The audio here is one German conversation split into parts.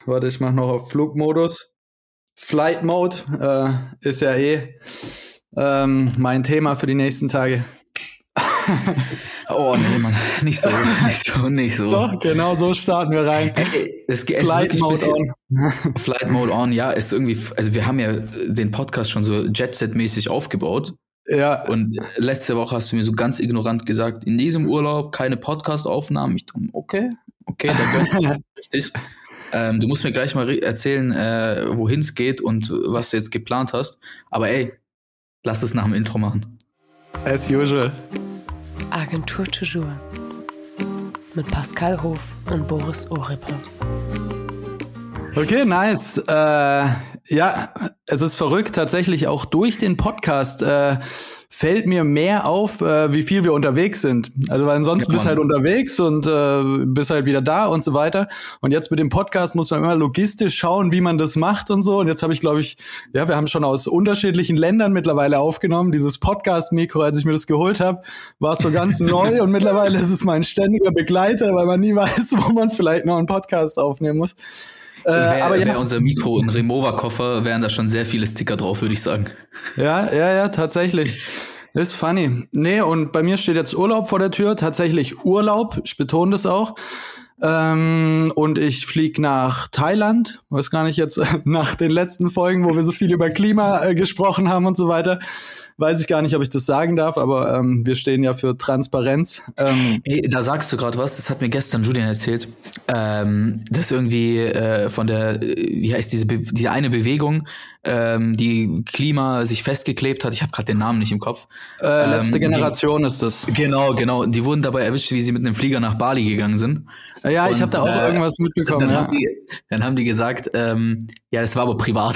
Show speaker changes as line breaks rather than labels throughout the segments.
Warte, ich mach noch auf Flugmodus. Flight Mode ist ja mein Thema für die nächsten Tage.
Oh nee, Mann, nicht so.
Doch, genau so starten wir rein.
Flight Mode on. Flight Mode on, ja, ist irgendwie, also wir haben ja den Podcast schon so Jet-Set-mäßig aufgebaut.
Ja.
Und letzte Woche hast du mir so ganz ignorant gesagt, in diesem Urlaub keine Podcast-Aufnahmen. Ich dachte, okay, da gönnt richtig. Du musst mir gleich mal erzählen, wohin es geht und was du jetzt geplant hast. Aber ey, lass es nach dem Intro machen.
As usual.
Agentur Toujours mit Pascal Hof und Boris Ohrippe.
Okay, nice. Ja, es ist verrückt. Tatsächlich auch durch den Podcast fällt mir mehr auf, wie viel wir unterwegs sind. Also weil ansonsten bist halt unterwegs und bist halt wieder da und so weiter. Und jetzt mit dem Podcast muss man immer logistisch schauen, wie man das macht und so. Und jetzt habe ich, glaube ich, ja, wir haben schon aus unterschiedlichen Ländern mittlerweile aufgenommen. Dieses Podcast-Mikro, als ich mir das geholt habe, war es so ganz neu. Und mittlerweile ist es mein ständiger Begleiter, weil man nie weiß, wo man vielleicht noch einen Podcast aufnehmen muss.
Aber wäre unser Mikro ein Remover-Koffer, wären da schon sehr viele Sticker drauf, würde ich sagen.
Ja, tatsächlich. Ist funny. Nee, und bei mir steht jetzt Urlaub vor der Tür. Tatsächlich Urlaub, ich betone das auch. Und ich fliege nach Thailand. Weiß gar nicht jetzt, nach den letzten Folgen, wo wir so viel über Klima gesprochen haben und so weiter, weiß ich gar nicht, ob ich das sagen darf, aber wir stehen ja für Transparenz.
Hey, da sagst du gerade was, das hat mir gestern Julian erzählt, dass irgendwie von der, wie heißt diese eine Bewegung, die Klima sich festgeklebt hat, ich habe gerade den Namen nicht im Kopf.
Letzte Generation ist das.
Genau, die wurden dabei erwischt, wie sie mit einem Flieger nach Bali gegangen sind.
Ja, ich habe da auch irgendwas mitbekommen.
Dann haben die gesagt, ja, das war aber privat.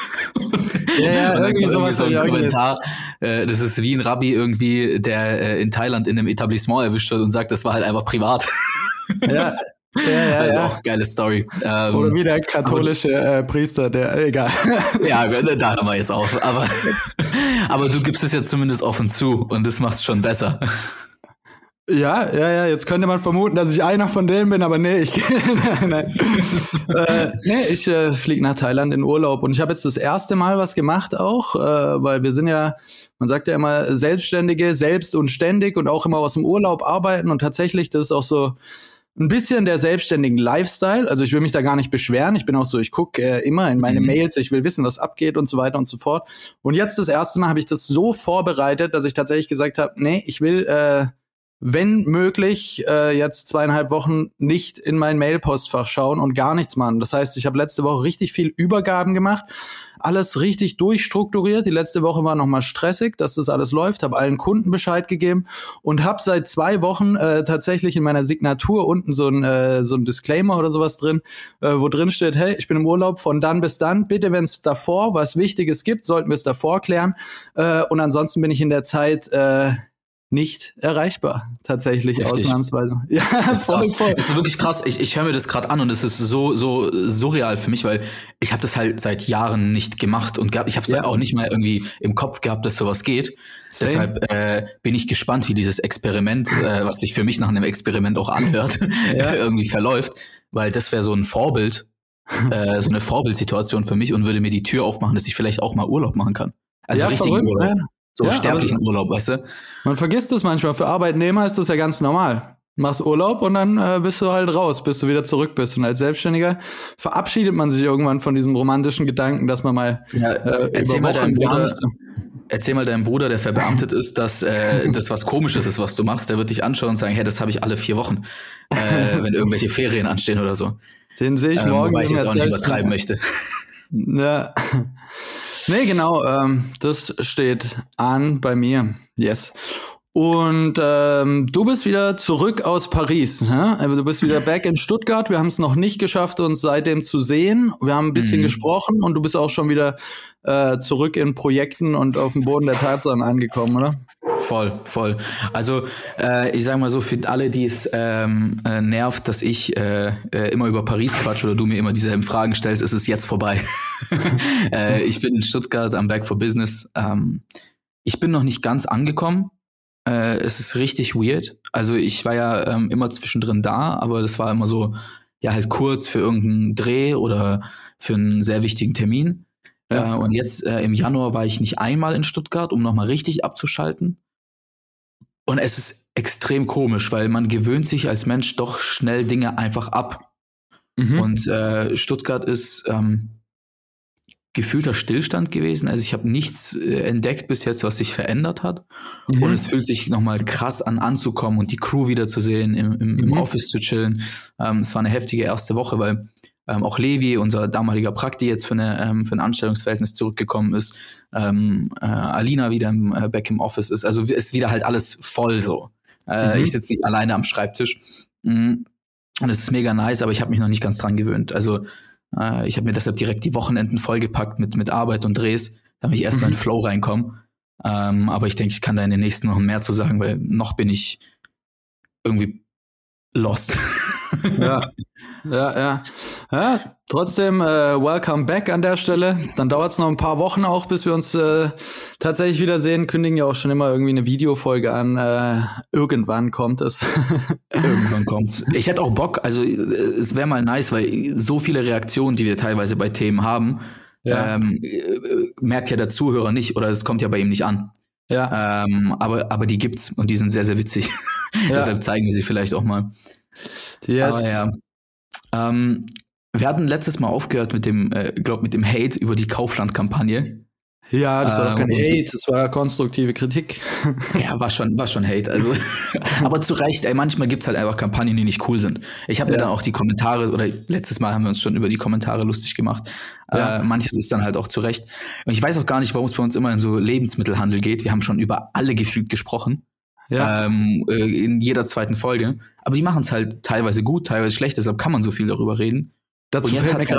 Ja, irgendwie sowas
so ein Kommentar. Das ist wie ein Rabbi irgendwie, der in Thailand in einem Etablissement erwischt wird und sagt, das war halt einfach privat.
Ja.
Also auch geile Story.
Oder wie der katholische Priester, der, egal.
Ja, da haben wir jetzt auf. Aber du gibst es ja zumindest offen zu und das macht's schon besser.
Ja, jetzt könnte man vermuten, dass ich einer von denen bin, aber nee, ich fliege nach Thailand in Urlaub und ich habe jetzt das erste Mal was gemacht auch, weil wir sind ja, man sagt ja immer Selbstständige, selbst und ständig und auch immer aus dem Urlaub arbeiten und tatsächlich, das ist auch so ein bisschen der selbstständigen Lifestyle, also ich will mich da gar nicht beschweren, ich bin auch so, ich gucke immer in meine Mails, ich will wissen, was abgeht und so weiter und so fort und jetzt das erste Mal habe ich das so vorbereitet, dass ich tatsächlich gesagt habe, nee, ich will wenn möglich, jetzt 2,5 Wochen nicht in mein Mailpostfach schauen und gar nichts machen. Das heißt, ich habe letzte Woche richtig viel Übergaben gemacht, alles richtig durchstrukturiert. Die letzte Woche war nochmal stressig, dass das alles läuft, habe allen Kunden Bescheid gegeben und habe seit 2 Wochen tatsächlich in meiner Signatur unten so ein Disclaimer oder sowas drin, wo drin steht, hey, ich bin im Urlaub von dann bis dann. Bitte, wenn es davor was Wichtiges gibt, sollten wir es davor klären. Und ansonsten bin ich in der Zeit nicht erreichbar, tatsächlich. Heftig. Ausnahmsweise. Ja,
das ist voll. Es ist wirklich krass. Ich höre mir das gerade an und es ist so surreal für mich, weil ich habe das halt seit Jahren nicht gemacht und ich habe es halt auch nicht mal irgendwie im Kopf gehabt, dass sowas geht. Same. Deshalb bin ich gespannt, wie dieses Experiment, was sich für mich nach einem Experiment auch anhört, irgendwie verläuft, weil das wäre so ein Vorbild, so eine Vorbildsituation für mich und würde mir die Tür aufmachen, dass ich vielleicht auch mal Urlaub machen kann. Also richtigen Urlaub. Ja. So sterblichen Urlaub, weißt du?
Man vergisst es manchmal. Für Arbeitnehmer ist das ja ganz normal. Du machst Urlaub und dann bist du halt raus, bis du wieder zurück bist. Und als Selbstständiger verabschiedet man sich irgendwann von diesem romantischen Gedanken, dass man mal
erzähl mal deinem Bruder, der verbeamtet ist, dass das was Komisches ist, was du machst. Der wird dich anschauen und sagen, hey, das habe ich alle 4 Wochen, wenn irgendwelche Ferien anstehen oder so.
Den sehe ich morgen.
Wobei ich jetzt auch nicht übertreiben möchte.
Ja. Nee, genau, das steht an bei mir, yes. Und du bist wieder zurück aus Paris, ne? Also du bist wieder back in Stuttgart, wir haben es noch nicht geschafft, uns seitdem zu sehen. Wir haben ein bisschen gesprochen und du bist auch schon wieder zurück in Projekten und auf dem Boden der Tatsachen angekommen, oder?
Voll. Also ich sag mal so, für alle, die es nervt, dass ich immer über Paris quatsche oder du mir immer dieselben Fragen stellst, ist es jetzt vorbei. Ich bin in Stuttgart, am Back for Business. Ich bin noch nicht ganz angekommen. Es ist richtig weird. Also ich war ja immer zwischendrin da, aber das war immer so, ja halt kurz für irgendeinen Dreh oder für einen sehr wichtigen Termin.
Ja.
Und jetzt im Januar war ich nicht einmal in Stuttgart, um nochmal richtig abzuschalten. Und es ist extrem komisch, weil man gewöhnt sich als Mensch doch schnell Dinge einfach ab. Und Stuttgart ist gefühlter Stillstand gewesen. Also ich habe nichts entdeckt bis jetzt, was sich verändert hat. Und es fühlt sich nochmal krass an, anzukommen und die Crew wiederzusehen, im Office zu chillen. Es war eine heftige erste Woche, weil auch Levi, unser damaliger Prakti, jetzt für ein Anstellungsverhältnis zurückgekommen ist. Alina wieder back im Office ist. Also ist wieder halt alles voll so. Ich sitze nicht alleine am Schreibtisch. Und es ist mega nice, aber ich habe mich noch nicht ganz dran gewöhnt. Also ich habe mir deshalb direkt die Wochenenden vollgepackt mit Arbeit und Drehs, damit ich erstmal in den Flow reinkomme. Aber ich denke, ich kann da in den nächsten Wochen mehr zu sagen, weil noch bin ich irgendwie lost.
Ja. Trotzdem, welcome back an der Stelle. Dann dauert es noch ein paar Wochen auch, bis wir uns tatsächlich wiedersehen. Kündigen ja auch schon immer irgendwie eine Videofolge an. Irgendwann kommt es.
Irgendwann kommt's. Ich hätte auch Bock, also es wäre mal nice, weil so viele Reaktionen, die wir teilweise bei Themen haben, merkt ja der Zuhörer nicht oder es kommt ja bei ihm nicht an.
Ja.
Aber die gibt's und die sind sehr, sehr witzig. Deshalb zeigen wir sie vielleicht auch mal.
Yes.
Aber ja. Wir hatten letztes Mal aufgehört mit dem Hate über die Kaufland-Kampagne.
Ja, das war doch kein Hate, das war konstruktive Kritik.
Ja, war schon Hate. Also, aber zu Recht, manchmal gibt's halt einfach Kampagnen, die nicht cool sind. Ich habe mir dann auch die Kommentare, oder letztes Mal haben wir uns schon über die Kommentare lustig gemacht. Manches ist dann halt auch zu Recht. Und ich weiß auch gar nicht, warum es bei uns immer in so Lebensmittelhandel geht. Wir haben schon über alle gefühlt gesprochen. Ja. In jeder zweiten Folge. Aber die machen es halt teilweise gut, teilweise schlecht, deshalb kann man so viel darüber reden.
Dazu fällt mir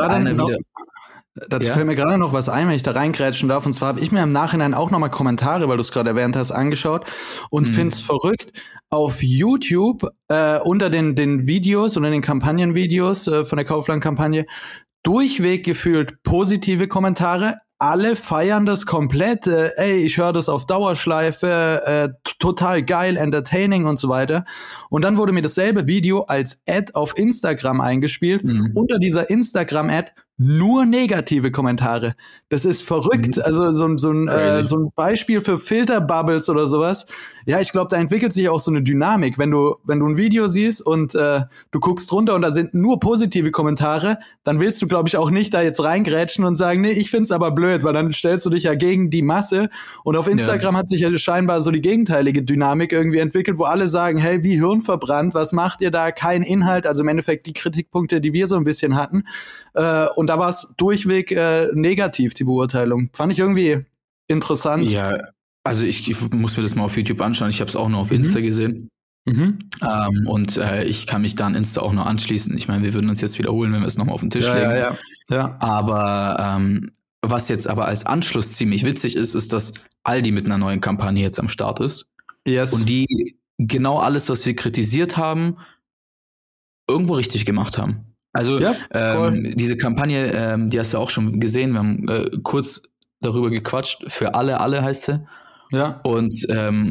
gerade noch was ein, wenn ich da reingrätschen darf. Und zwar habe ich mir im Nachhinein auch nochmal Kommentare, weil du es gerade erwähnt hast, angeschaut und finde es verrückt. Auf YouTube unter den Videos, unter den Kampagnenvideos von der Kaufland-Kampagne durchweg gefühlt positive Kommentare. Alle feiern das komplett. Ey, ich höre das auf Dauerschleife, total geil, entertaining und so weiter. Und dann wurde mir dasselbe Video als Ad auf Instagram eingespielt. Unter dieser Instagram-Ad nur negative Kommentare. Das ist verrückt. Also so ein Beispiel für Filterbubbles oder sowas. Ja, ich glaube, da entwickelt sich auch so eine Dynamik. Wenn du ein Video siehst und du guckst runter und da sind nur positive Kommentare, dann willst du, glaube ich, auch nicht da jetzt reingrätschen und sagen, nee, ich find's aber blöd, weil dann stellst du dich ja gegen die Masse. Und auf Instagram hat sich ja scheinbar so die gegenteilige Dynamik irgendwie entwickelt, wo alle sagen, hey, wie hirnverbrannt, was macht ihr da? Kein Inhalt. Also im Endeffekt die Kritikpunkte, die wir so ein bisschen hatten. Und da war es durchweg negativ, die Beurteilung. Fand ich irgendwie interessant.
Ja, also ich muss mir das mal auf YouTube anschauen. Ich habe es auch nur auf Insta gesehen. Und ich kann mich da an Insta auch noch anschließen. Ich meine, wir würden uns jetzt wiederholen, wenn wir es nochmal auf den Tisch legen. Ja. Aber was jetzt aber als Anschluss ziemlich witzig ist, dass Aldi mit einer neuen Kampagne jetzt am Start ist.
Yes.
Und die genau alles, was wir kritisiert haben, irgendwo richtig gemacht haben. Also diese Kampagne, die hast du auch schon gesehen, wir haben kurz darüber gequatscht, für alle heißt sie.
Ja.
Und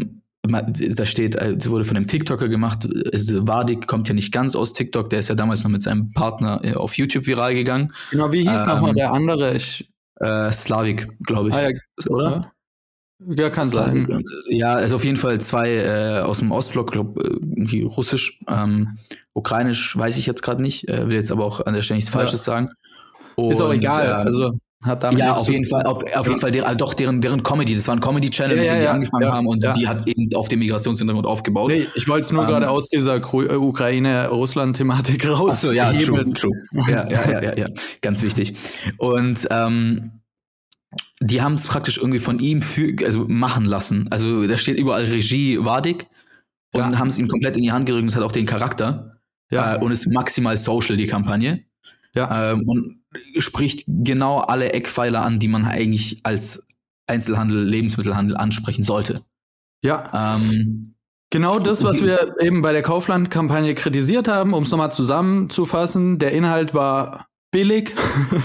da steht, es wurde von einem TikToker gemacht, also Vadik kommt ja nicht ganz aus TikTok, der ist ja damals noch mit seinem Partner auf YouTube viral gegangen.
Genau, wie hieß nochmal der andere?
Slavik, glaube ich.
Ja.
Oder?
Ja, kann sein.
Ja, also auf jeden Fall zwei aus dem Ostblock, glaube Russisch, Ukrainisch weiß ich jetzt gerade nicht, will jetzt aber auch an der Stelle nichts Falsches sagen. Und,
ist auch egal, also hat damit
auf jeden Fall, deren Comedy, das war ein Comedy-Channel, mit dem die angefangen haben und die hat eben auf dem Migrationshintergrund aufgebaut.
Nee, ich wollte es nur gerade aus dieser Ukraine-Russland-Thematik raus.
Achso, ja, true. Ja, ganz wichtig. Und die haben es praktisch irgendwie von ihm machen lassen. Also da steht überall Regie Vadik und haben es ihm komplett in die Hand gerückt. Es hat auch den Charakter und ist maximal social, die Kampagne. Ja. Und spricht genau alle Eckpfeiler an, die man eigentlich als Einzelhandel, Lebensmittelhandel ansprechen sollte.
Ja. Genau das, was wir eben bei der Kaufland-Kampagne kritisiert haben, um es nochmal zusammenzufassen. Der Inhalt war billig.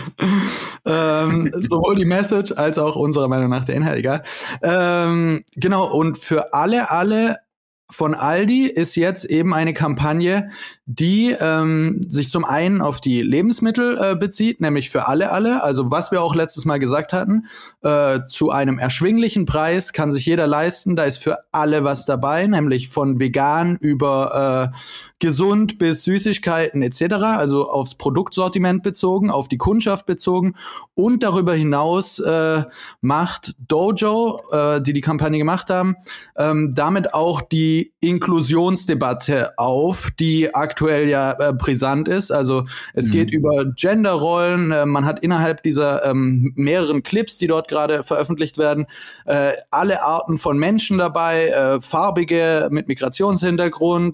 Sowohl die Message als auch unserer Meinung nach der Inhalt, egal. Genau, und für alle von Aldi ist jetzt eben eine Kampagne, die sich zum einen auf die Lebensmittel bezieht, nämlich für alle. Also was wir auch letztes Mal gesagt hatten, zu einem erschwinglichen Preis kann sich jeder leisten. Da ist für alle was dabei, nämlich von vegan über gesund bis Süßigkeiten etc., also aufs Produktsortiment bezogen, auf die Kundschaft bezogen. Und darüber hinaus macht Dojo, die Kampagne gemacht haben, damit auch die Inklusionsdebatte auf, die aktuell ja brisant ist. Also es geht über Genderrollen, man hat innerhalb dieser mehreren Clips, die dort gerade veröffentlicht werden, alle Arten von Menschen dabei, farbige mit Migrationshintergrund,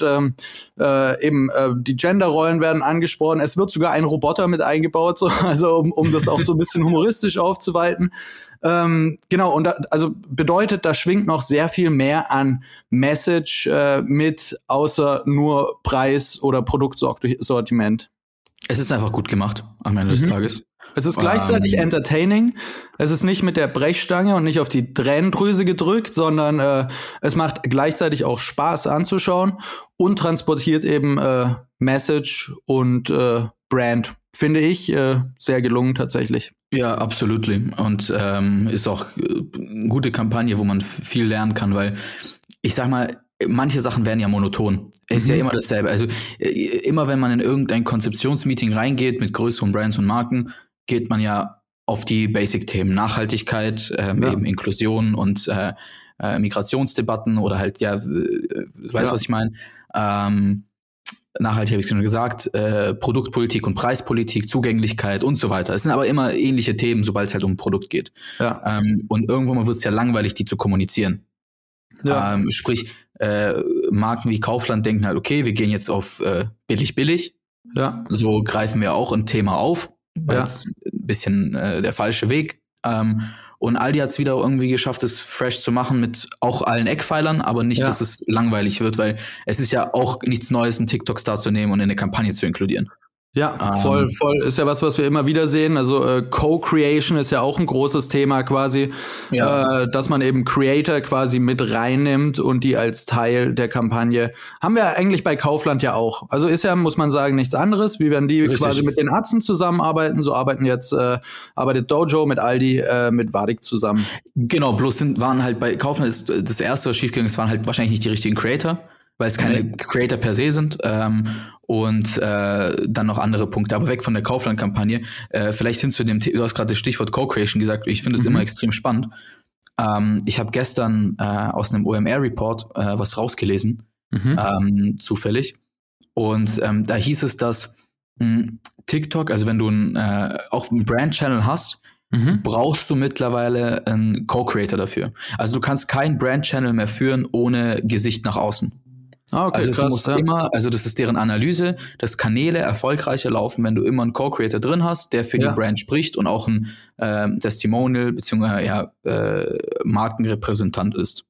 die Genderrollen werden angesprochen. Es wird sogar ein Roboter mit eingebaut, so, also um das auch so ein bisschen humoristisch aufzuweiten. Genau, und also bedeutet, da schwingt noch sehr viel mehr an Message mit, außer nur Preis oder Produktsortiment.
Es ist einfach gut gemacht am Ende des Tages.
Es ist gleichzeitig entertaining. Es ist nicht mit der Brechstange und nicht auf die Tränendrüse gedrückt, sondern es macht gleichzeitig auch Spaß anzuschauen und transportiert eben Message und Brand. Finde ich sehr gelungen tatsächlich.
Ja, absolut. Und ist auch eine gute Kampagne, wo man viel lernen kann, weil ich sag mal, manche Sachen werden ja monoton. Es ist ja immer dasselbe. Also immer wenn man in irgendein Konzeptionsmeeting reingeht mit größeren Brands und Marken, geht man ja auf die Basic-Themen. Nachhaltigkeit, eben Inklusion und Migrationsdebatten oder halt, du weißt, was ich meine. Nachhaltig habe ich schon gesagt, Produktpolitik und Preispolitik, Zugänglichkeit und so weiter. Es sind aber immer ähnliche Themen, sobald es halt um ein Produkt geht. Ja. Und irgendwann mal wird es ja langweilig, die zu kommunizieren. Ja. Sprich, Marken wie Kaufland denken halt, okay, wir gehen jetzt auf billig. Ja. So greifen wir auch ein Thema auf. Weil es ein bisschen der falsche Weg. Und Aldi hat es wieder irgendwie geschafft, es fresh zu machen mit auch allen Eckpfeilern, aber nicht, dass es langweilig wird, weil es ist ja auch nichts Neues, einen TikTok-Star zu nehmen und in eine Kampagne zu inkludieren.
Ja, voll. Ist ja was wir immer wieder sehen. Also Co-Creation ist ja auch ein großes Thema quasi, dass man eben Creator quasi mit reinnimmt und die als Teil der Kampagne. Haben wir eigentlich bei Kaufland ja auch. Also ist ja, muss man sagen, nichts anderes. Wie werden die quasi mit den Atzen zusammenarbeiten? So arbeitet Dojo mit Aldi, mit Wadig zusammen.
Genau, bloß waren halt bei Kaufland ist das erste, was schiefgegangen ist, waren halt wahrscheinlich nicht die richtigen Creator, weil es keine Creator per se sind. Und dann noch andere Punkte, aber weg von der Kaufland-Kampagne. Vielleicht hin zu dem, du hast gerade das Stichwort Co-Creation gesagt, ich finde es immer extrem spannend. Ich habe gestern aus einem OMR-Report was rausgelesen, zufällig. Und da hieß es, dass TikTok, also wenn du auch einen Brand-Channel hast, brauchst du mittlerweile einen Co-Creator dafür. Also du kannst keinen Brand-Channel mehr führen ohne Gesicht nach außen. Okay, also krass, also das ist deren Analyse, dass Kanäle erfolgreicher laufen, wenn du immer einen Co-Creator drin hast, der für die Brand spricht und auch ein Testimonial bzw. Markenrepräsentant ist.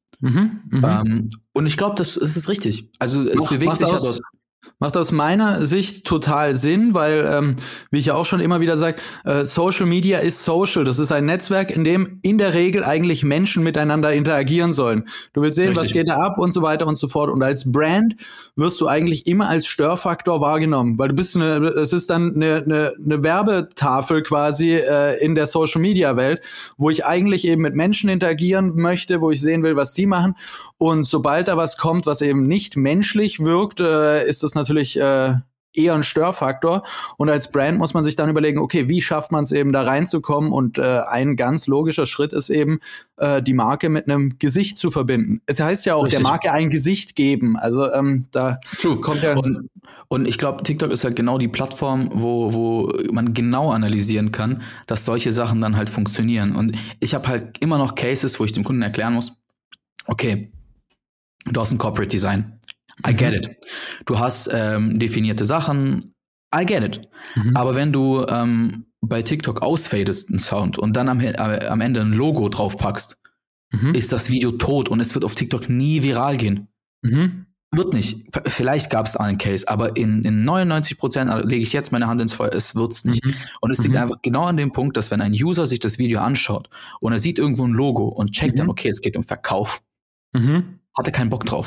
Und ich glaube, das ist richtig. Also es bewegt sich ja dort.
Macht aus meiner Sicht total Sinn, weil, wie ich ja auch schon immer wieder sage, Social Media ist social. Das ist ein Netzwerk, in dem in der Regel eigentlich Menschen miteinander interagieren sollen. Du willst sehen, was geht da ab und so weiter und so fort. Und als Brand wirst du eigentlich immer als Störfaktor wahrgenommen, weil du bist es ist dann eine Werbetafel quasi in der Social Media Welt, wo ich eigentlich eben mit Menschen interagieren möchte, wo ich sehen will, was die machen. Und sobald da was kommt, was eben nicht menschlich wirkt, ist das natürlich eher ein Störfaktor. Und als Brand muss man sich dann überlegen, okay, wie schafft man es eben da reinzukommen? Und ein ganz logischer Schritt ist eben, die Marke mit einem Gesicht zu verbinden. Es heißt ja auch, der Marke ein Gesicht geben. Also da kommt ja...
Und ich glaube, TikTok ist halt genau die Plattform, wo man genau analysieren kann, dass solche Sachen dann halt funktionieren. Und ich habe halt immer noch Cases, wo ich dem Kunden erklären muss, okay, du hast ein Corporate Design. I get it. Du hast definierte Sachen. I get it. Aber wenn du bei TikTok ausfadest einen Sound und dann am Ende ein Logo draufpackst, ist das Video tot und es wird auf TikTok nie viral gehen. Wird nicht. Vielleicht gab es einen Case, aber in 99% lege ich jetzt meine Hand ins Feuer, es wird's nicht. Und es liegt einfach genau an dem Punkt, dass wenn ein User sich das Video anschaut und er sieht irgendwo ein Logo und checkt dann, okay, es geht um Verkauf, hat er keinen Bock drauf.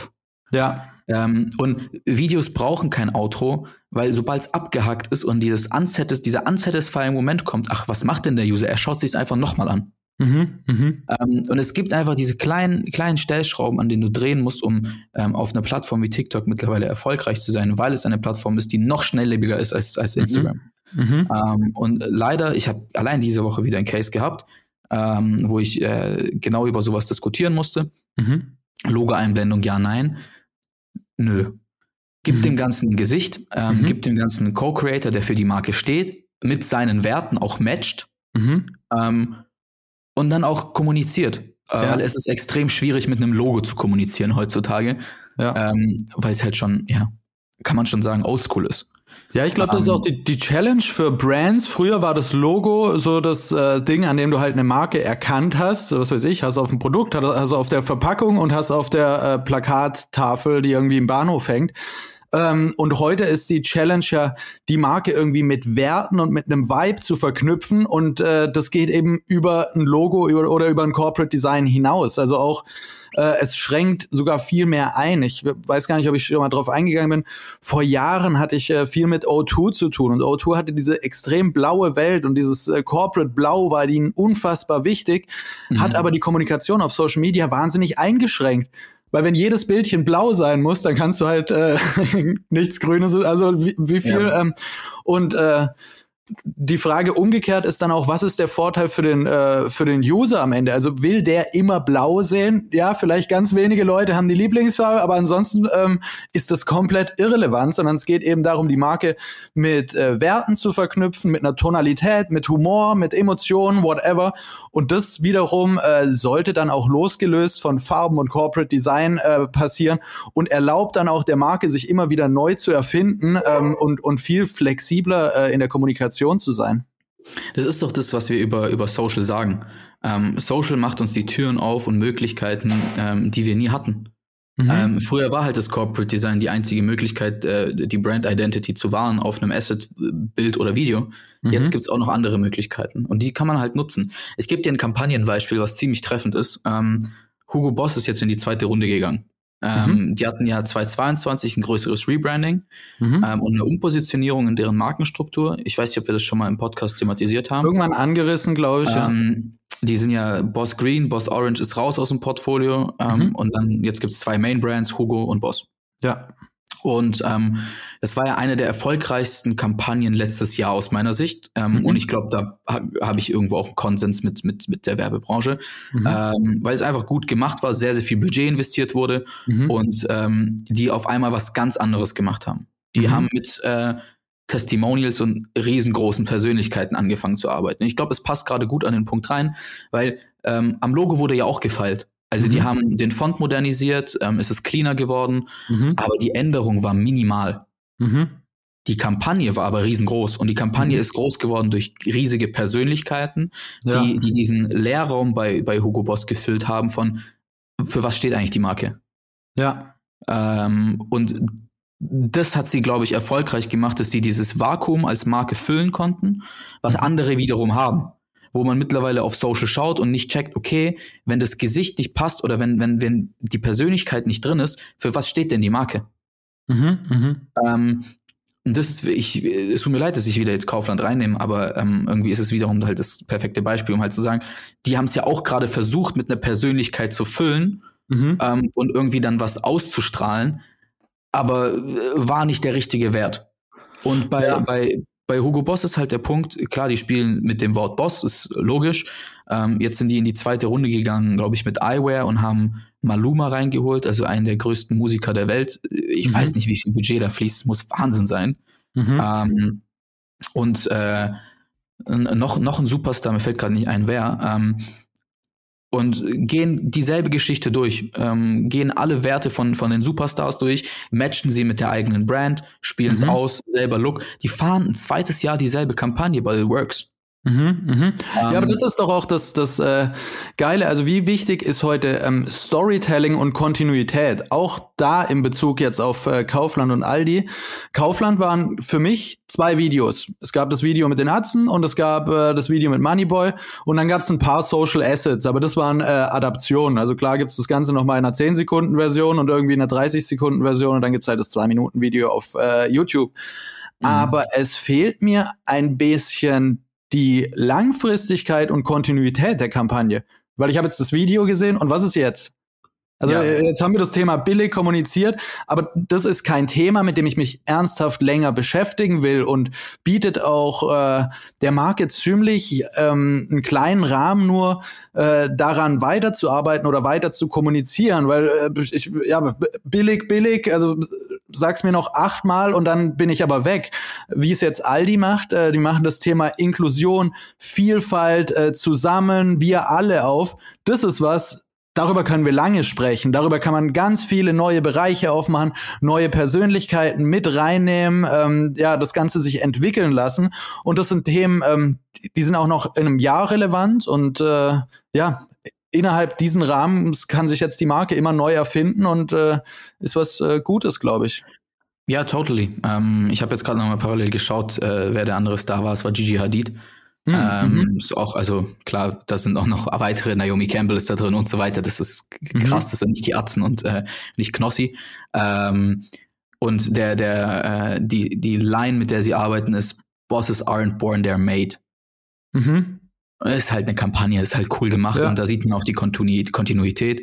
Ja.
Und Videos brauchen kein Outro, weil sobald es abgehackt ist und dieser unsatisfying Moment kommt, ach, was macht denn der User? Er schaut sich es einfach nochmal an. Und es gibt einfach diese kleinen Stellschrauben, an denen du drehen musst, um auf einer Plattform wie TikTok mittlerweile erfolgreich zu sein, weil es eine Plattform ist, die noch schnelllebiger ist als Instagram. Und leider, ich habe allein diese Woche wieder einen Case gehabt, wo ich genau über sowas diskutieren musste. Logo-Einblendung, ja, nein. Nö. Gib dem Ganzen ein Gesicht, gib dem Ganzen einen Co-Creator, der für die Marke steht, mit seinen Werten auch matcht und dann auch kommuniziert. Weil es ist extrem schwierig, mit einem Logo zu kommunizieren heutzutage, weil es halt schon, kann man schon sagen, oldschool ist.
Ja, ich glaube, das ist auch die Challenge für Brands. Früher war das Logo so das Ding, an dem du halt eine Marke erkannt hast. Was weiß ich, hast auf dem Produkt, hast auf der Verpackung und hast auf der Plakattafel, die irgendwie im Bahnhof hängt. Und heute ist die Challenge ja, die Marke irgendwie mit Werten und mit einem Vibe zu verknüpfen. Und das geht eben über ein Logo oder über ein Corporate Design hinaus. Also auch es schränkt sogar viel mehr ein. Ich weiß gar nicht, ob ich schon mal drauf eingegangen bin. Vor Jahren hatte ich viel mit O2 zu tun. Und O2 hatte diese extrem blaue Welt und dieses Corporate Blau war ihnen unfassbar wichtig, hat aber die Kommunikation auf Social Media wahnsinnig eingeschränkt. Weil wenn jedes Bildchen blau sein muss, dann kannst du halt nichts Grünes, also wie viel. Und die Frage umgekehrt ist dann auch, was ist der Vorteil für den User am Ende? Also will der immer blau sehen? Ja, vielleicht ganz wenige Leute haben die Lieblingsfarbe, aber ansonsten ist das komplett irrelevant, sondern es geht eben darum, die Marke mit Werten zu verknüpfen, mit einer Tonalität, mit Humor, mit Emotionen, whatever. Und das wiederum sollte dann auch losgelöst von Farben und Corporate Design passieren und erlaubt dann auch der Marke, sich immer wieder neu zu erfinden und viel flexibler in der Kommunikation zu sein.
Das ist doch das, was wir über Social sagen. Social macht uns die Türen auf und Möglichkeiten, die wir nie hatten. Früher war halt das Corporate Design die einzige Möglichkeit, die Brand Identity zu wahren auf einem Asset, Bild oder Video. Jetzt gibt's auch noch andere Möglichkeiten und die kann man halt nutzen. Ich gebe dir ein Kampagnenbeispiel, was ziemlich treffend ist. Hugo Boss ist jetzt in die 2. Runde gegangen. Die hatten ja 2022 ein größeres Rebranding und eine Umpositionierung in deren Markenstruktur. Ich weiß nicht, ob wir das schon mal im Podcast thematisiert haben.
Irgendwann angerissen, glaube ich.
Die sind ja Boss Green, Boss Orange ist raus aus dem Portfolio und dann jetzt gibt's 2 Main Brands, Hugo und Boss.
Ja.
Und das war ja eine der erfolgreichsten Kampagnen letztes Jahr aus meiner Sicht. Und ich glaube, da habe ich irgendwo auch einen Konsens mit der Werbebranche, weil es einfach gut gemacht war, sehr, sehr viel Budget investiert wurde und die auf einmal was ganz anderes gemacht haben. Die haben mit Testimonials und riesengroßen Persönlichkeiten angefangen zu arbeiten. Ich glaube, es passt gerade gut an den Punkt rein, weil am Logo wurde ja auch gefeilt. Also die haben den Font modernisiert, es ist cleaner geworden, aber die Änderung war minimal. Die Kampagne war aber riesengroß und die Kampagne ist groß geworden durch riesige Persönlichkeiten, die diesen Leerraum bei Hugo Boss gefüllt haben von, für was steht eigentlich die Marke?
Ja.
Und das hat sie, glaube ich, erfolgreich gemacht, dass sie dieses Vakuum als Marke füllen konnten, was andere wiederum haben. Wo man mittlerweile auf Social schaut und nicht checkt, okay, wenn das Gesicht nicht passt oder wenn die Persönlichkeit nicht drin ist, für was steht denn die Marke? Und das ist, es tut mir leid, dass ich wieder jetzt Kaufland reinnehme, aber irgendwie ist es wiederum halt das perfekte Beispiel, um halt zu sagen, die haben es ja auch gerade versucht, mit einer Persönlichkeit zu füllen und irgendwie dann was auszustrahlen, aber war nicht der richtige Wert. Und bei Hugo Boss ist halt der Punkt, klar, die spielen mit dem Wort Boss, ist logisch. Jetzt sind die in die 2. Runde gegangen, glaube ich, mit Eyewear und haben Maluma reingeholt, also einen der größten Musiker der Welt. Ich weiß nicht, wie viel Budget da fließt, es muss Wahnsinn sein. Und noch ein Superstar, mir fällt gerade nicht ein, wer. Und gehen dieselbe Geschichte durch, gehen alle Werte von den Superstars durch, matchen sie mit der eigenen Brand, spielen es aus, selber Look. Die fahren ein 2. Jahr dieselbe Kampagne bei The Works.
Ja, aber das ist doch auch das Geile. Also wie wichtig ist heute Storytelling und Kontinuität? Auch da in Bezug jetzt auf Kaufland und Aldi. Kaufland waren für mich 2 Videos. Es gab das Video mit den Atzen und es gab das Video mit Moneyboy und dann gab es ein paar Social Assets, aber das waren Adaptionen. Also klar gibt es das Ganze nochmal in einer 10-Sekunden-Version und irgendwie in einer 30-Sekunden-Version und dann gibt es halt das 2-Minuten-Video auf YouTube. Aber es fehlt mir ein bisschen die Langfristigkeit und Kontinuität der Kampagne. Weil ich habe jetzt das Video gesehen und was ist jetzt? Also jetzt haben wir das Thema billig kommuniziert, aber das ist kein Thema, mit dem ich mich ernsthaft länger beschäftigen will und bietet auch der Marke ziemlich einen kleinen Rahmen nur daran weiterzuarbeiten oder weiter zu kommunizieren, weil billig, also sag's mir noch 8-mal und dann bin ich aber weg. Wie es jetzt Aldi macht, die machen das Thema Inklusion, Vielfalt, zusammen, wir alle auf. Das ist was, darüber können wir lange sprechen. Darüber kann man ganz viele neue Bereiche aufmachen, neue Persönlichkeiten mit reinnehmen, das Ganze sich entwickeln lassen. Und das sind Themen, die sind auch noch in einem Jahr relevant. Und innerhalb diesen Rahmens kann sich jetzt die Marke immer neu erfinden und ist was Gutes, glaube ich.
Ja, totally. Ich habe jetzt gerade noch mal parallel geschaut, wer der andere Star war. Es war Gigi Hadid. Ist auch, also klar, da sind auch noch weitere, Naomi Campbell ist da drin und so weiter. Das ist krass, das sind nicht die Atzen und nicht Knossi. Und die Line, mit der sie arbeiten, ist Bosses aren't born, they're made. Ist halt eine Kampagne, ist halt cool gemacht und da sieht man auch die Kontinuität.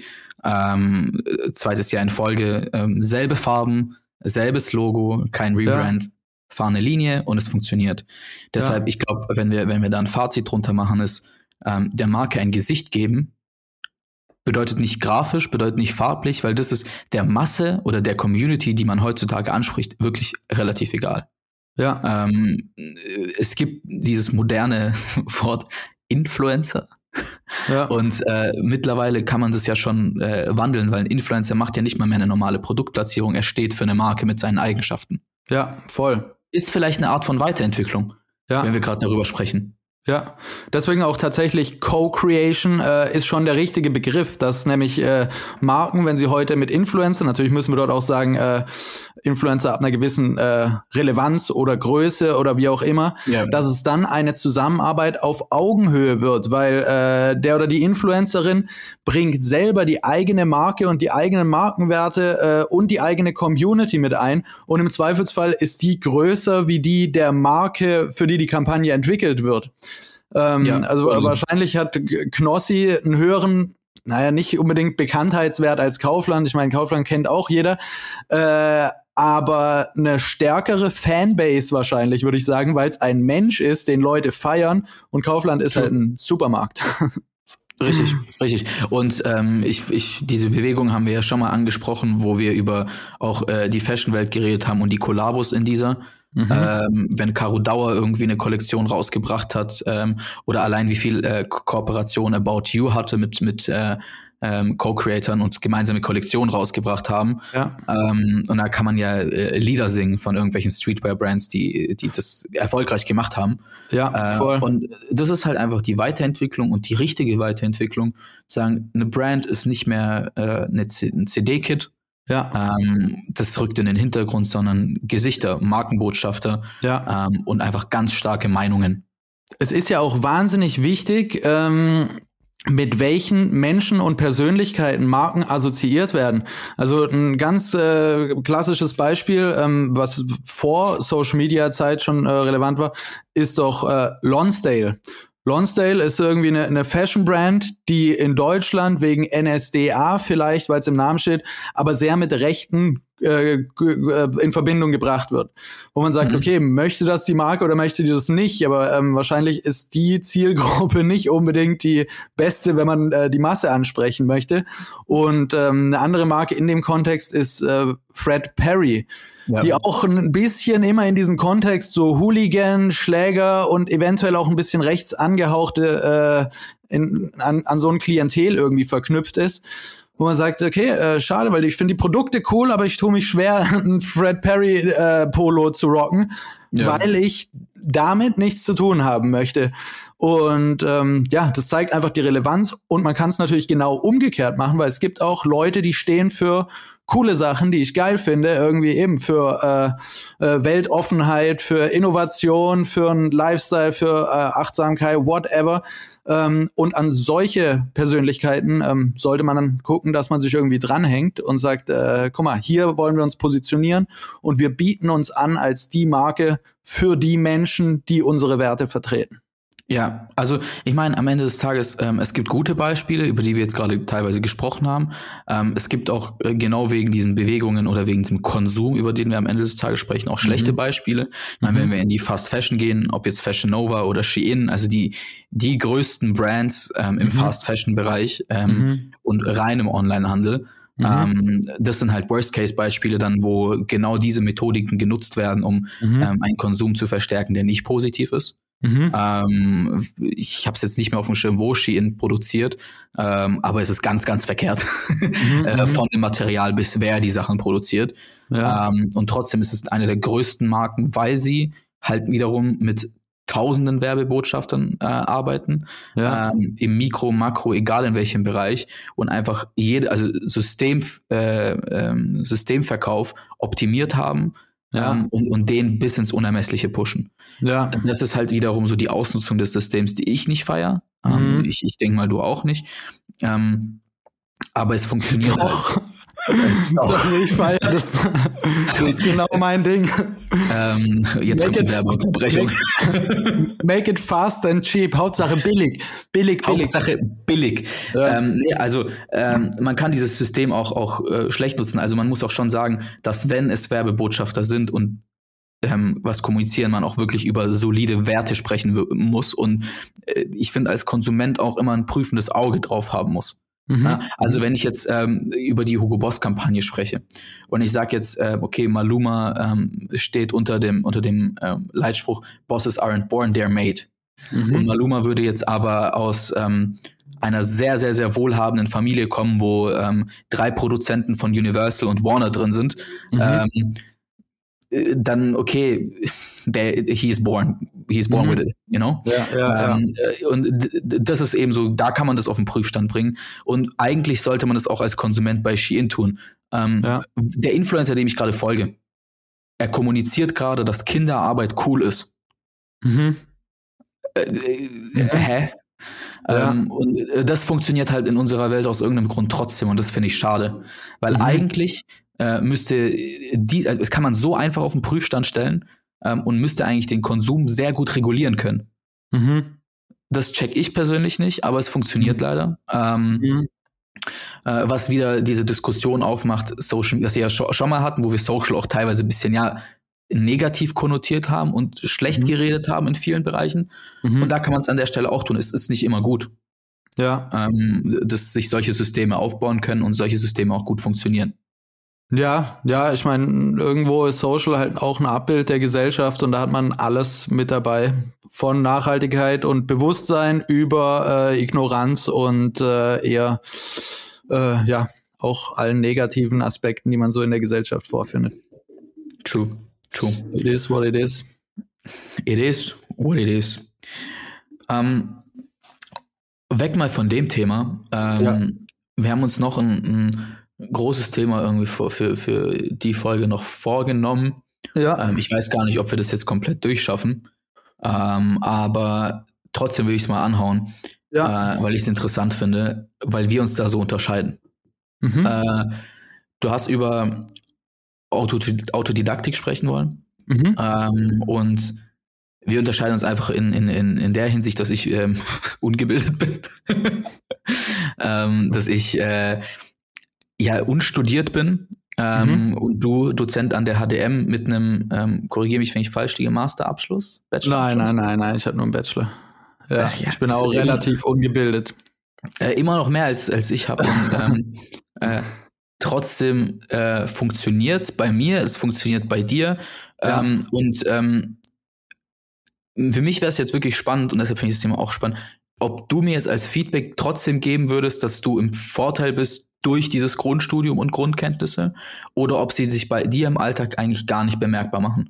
2. Jahr in Folge, selbe Farben, selbes Logo, kein Rebrand. Fahren eine Linie und es funktioniert. Deshalb, ich glaube, wenn wir da ein Fazit drunter machen, ist der Marke ein Gesicht geben, bedeutet nicht grafisch, bedeutet nicht farblich, weil das ist der Masse oder der Community, die man heutzutage anspricht, wirklich relativ egal. Ja. Es gibt dieses moderne Wort Influencer. Ja. Und mittlerweile kann man das ja schon wandeln, weil ein Influencer macht ja nicht mal mehr eine normale Produktplatzierung, er steht für eine Marke mit seinen Eigenschaften.
Ja, voll.
Ist vielleicht eine Art von Weiterentwicklung, wenn wir gerade darüber sprechen.
Ja, deswegen auch tatsächlich Co-Creation ist schon der richtige Begriff, dass nämlich Marken, wenn sie heute mit Influencer, natürlich müssen wir dort auch sagen, Influencer ab einer gewissen Relevanz oder Größe oder wie auch immer, dass es dann eine Zusammenarbeit auf Augenhöhe wird, weil der oder die Influencerin bringt selber die eigene Marke und die eigenen Markenwerte und die eigene Community mit ein und im Zweifelsfall ist die größer wie die der Marke, für die die Kampagne entwickelt wird. Wahrscheinlich hat Knossi einen höheren, nicht unbedingt Bekanntheitswert als Kaufland. Ich meine, Kaufland kennt auch jeder. Aber eine stärkere Fanbase wahrscheinlich, würde ich sagen, weil es ein Mensch ist, den Leute feiern. Und Kaufland ist halt ein Supermarkt.
Richtig. Und diese Bewegung haben wir ja schon mal angesprochen, wo wir über auch die Fashion-Welt geredet haben und die Kollabos in dieser. Wenn Caro Dauer irgendwie eine Kollektion rausgebracht hat oder allein wie viel Kooperation About You hatte mit Co-Creatoren und gemeinsame Kollektionen rausgebracht haben. Und da kann man ja Lieder singen von irgendwelchen Streetwear-Brands, die das erfolgreich gemacht haben. Voll. Und das ist halt einfach die Weiterentwicklung und die richtige Weiterentwicklung. Sagen, eine Brand ist nicht mehr ein CD-Kit, das rückt in den Hintergrund, sondern Gesichter, Markenbotschafter und einfach ganz starke Meinungen.
Es ist ja auch wahnsinnig wichtig, mit welchen Menschen und Persönlichkeiten Marken assoziiert werden. Also ein ganz klassisches Beispiel, was vor Social Media Zeit schon relevant war, ist doch Lonsdale. Lonsdale ist irgendwie eine Fashion-Brand, die in Deutschland wegen NSDA vielleicht, weil es im Namen steht, aber sehr mit Rechten in Verbindung gebracht wird. Wo man sagt, okay, möchte das die Marke oder möchte die das nicht? Aber wahrscheinlich ist die Zielgruppe nicht unbedingt die beste, wenn man die Masse ansprechen möchte. Und eine andere Marke in dem Kontext ist Fred Perry. Die auch ein bisschen immer in diesen Kontext so Hooligan, Schläger und eventuell auch ein bisschen rechts angehauchte an so ein Klientel irgendwie verknüpft ist. wo man sagt, okay, schade, weil ich finde die Produkte cool, aber ich tue mich schwer, ein Fred Perry Polo zu rocken, weil ich damit nichts zu tun haben möchte. Und das zeigt einfach die Relevanz. Und man kann es natürlich genau umgekehrt machen, weil es gibt auch Leute, die stehen für coole Sachen, die ich geil finde, irgendwie eben für Weltoffenheit, für Innovation, für einen Lifestyle, für Achtsamkeit, whatever. Und an solche Persönlichkeiten sollte man dann gucken, dass man sich irgendwie dranhängt und sagt, guck mal, hier wollen wir uns positionieren und wir bieten uns an als die Marke für die Menschen, die unsere Werte vertreten.
Ja, also ich meine, am Ende des Tages, es gibt gute Beispiele, über die wir jetzt gerade teilweise gesprochen haben. Es gibt auch genau wegen diesen Bewegungen oder wegen diesem Konsum, über den wir am Ende des Tages sprechen, auch schlechte Beispiele. Ich meine, wenn wir in die Fast Fashion gehen, ob jetzt Fashion Nova oder Shein, also die größten Brands im Fast Fashion Bereich und rein im Onlinehandel, das sind halt Worst-Case-Beispiele dann, wo genau diese Methodiken genutzt werden, um einen Konsum zu verstärken, der nicht positiv ist. Ich habe es jetzt nicht mehr auf dem Schirm, wo Shein produziert, aber es ist ganz, ganz verkehrt von dem Material bis wer die Sachen produziert. Ja. Und trotzdem ist es eine der größten Marken, weil sie halt wiederum mit tausenden Werbebotschaftern arbeiten, im Mikro, Makro, egal in welchem Bereich und einfach Systemverkauf optimiert haben. Und den bis ins Unermessliche pushen. Ja. Das ist halt wiederum so die Ausnutzung des Systems, die ich nicht feiere. Ich denke mal, du auch nicht. Aber es funktioniert auch.
Ich feiere das. Das ist genau mein Ding.
Jetzt kommt die Werbeunterbrechung.
Make it fast and cheap. Hauptsache billig.
Hauptsache billig. Ja. Man kann dieses System auch schlecht nutzen. Also man muss auch schon sagen, dass wenn es Werbebotschafter sind und was kommunizieren, man auch wirklich über solide Werte sprechen muss. Und ich finde, als Konsument auch immer ein prüfendes Auge drauf haben muss. Ja, also wenn ich jetzt über die Hugo Boss Kampagne spreche und ich sage jetzt, okay, Maluma steht unter dem Leitspruch Bosses aren't born, they're made. Und Maluma würde jetzt aber aus einer sehr, sehr, sehr wohlhabenden Familie kommen, wo 3 Produzenten von Universal und Warner drin sind, dann okay, he is born with it, you know? Und das ist eben so, da kann man das auf den Prüfstand bringen und eigentlich sollte man das auch als Konsument bei Shein tun. Der Influencer, dem ich gerade folge, er kommuniziert gerade, dass Kinderarbeit cool ist. Hä? Und das funktioniert halt in unserer Welt aus irgendeinem Grund trotzdem und das finde ich schade, weil eigentlich müsste also das kann man so einfach auf den Prüfstand stellen und müsste eigentlich den Konsum sehr gut regulieren können. Das check ich persönlich nicht, aber es funktioniert leider. Was wieder diese Diskussion aufmacht, Social, das wir ja schon mal hatten, wo wir Social auch teilweise ein bisschen negativ konnotiert haben und schlecht geredet haben in vielen Bereichen. Und da kann man es an der Stelle auch tun. Es ist nicht immer gut. Dass sich solche Systeme aufbauen können und solche Systeme auch gut funktionieren.
Ja, ich meine, irgendwo ist Social halt auch ein Abbild der Gesellschaft und da hat man alles mit dabei. Von Nachhaltigkeit und Bewusstsein über Ignoranz und eher auch allen negativen Aspekten, die man so in der Gesellschaft vorfindet.
True.
It is what it is.
It is what it is. Weg mal von dem Thema. Wir haben uns noch ein großes Thema irgendwie für die Folge noch vorgenommen. Ich weiß gar nicht, ob wir das jetzt komplett durchschaffen. Aber trotzdem will ich es mal anhauen, weil ich es interessant finde, weil wir uns da so unterscheiden. Du hast über Autodidaktik sprechen wollen. Und wir unterscheiden uns einfach in der Hinsicht, dass ich ungebildet bin. Dass ich unstudiert bin und du Dozent an der HDM mit einem, korrigiere mich, wenn ich falsch liege, Masterabschluss?
Nein, ich habe nur einen Bachelor. Ich bin auch relativ ungebildet.
Immer noch mehr als ich habe. Trotzdem funktioniert's bei mir, es funktioniert bei dir. Und für mich wäre es jetzt wirklich spannend und deshalb finde ich das Thema auch spannend, ob du mir jetzt als Feedback trotzdem geben würdest, dass du im Vorteil bist durch dieses Grundstudium und Grundkenntnisse oder ob sie sich bei dir im Alltag eigentlich gar nicht bemerkbar machen?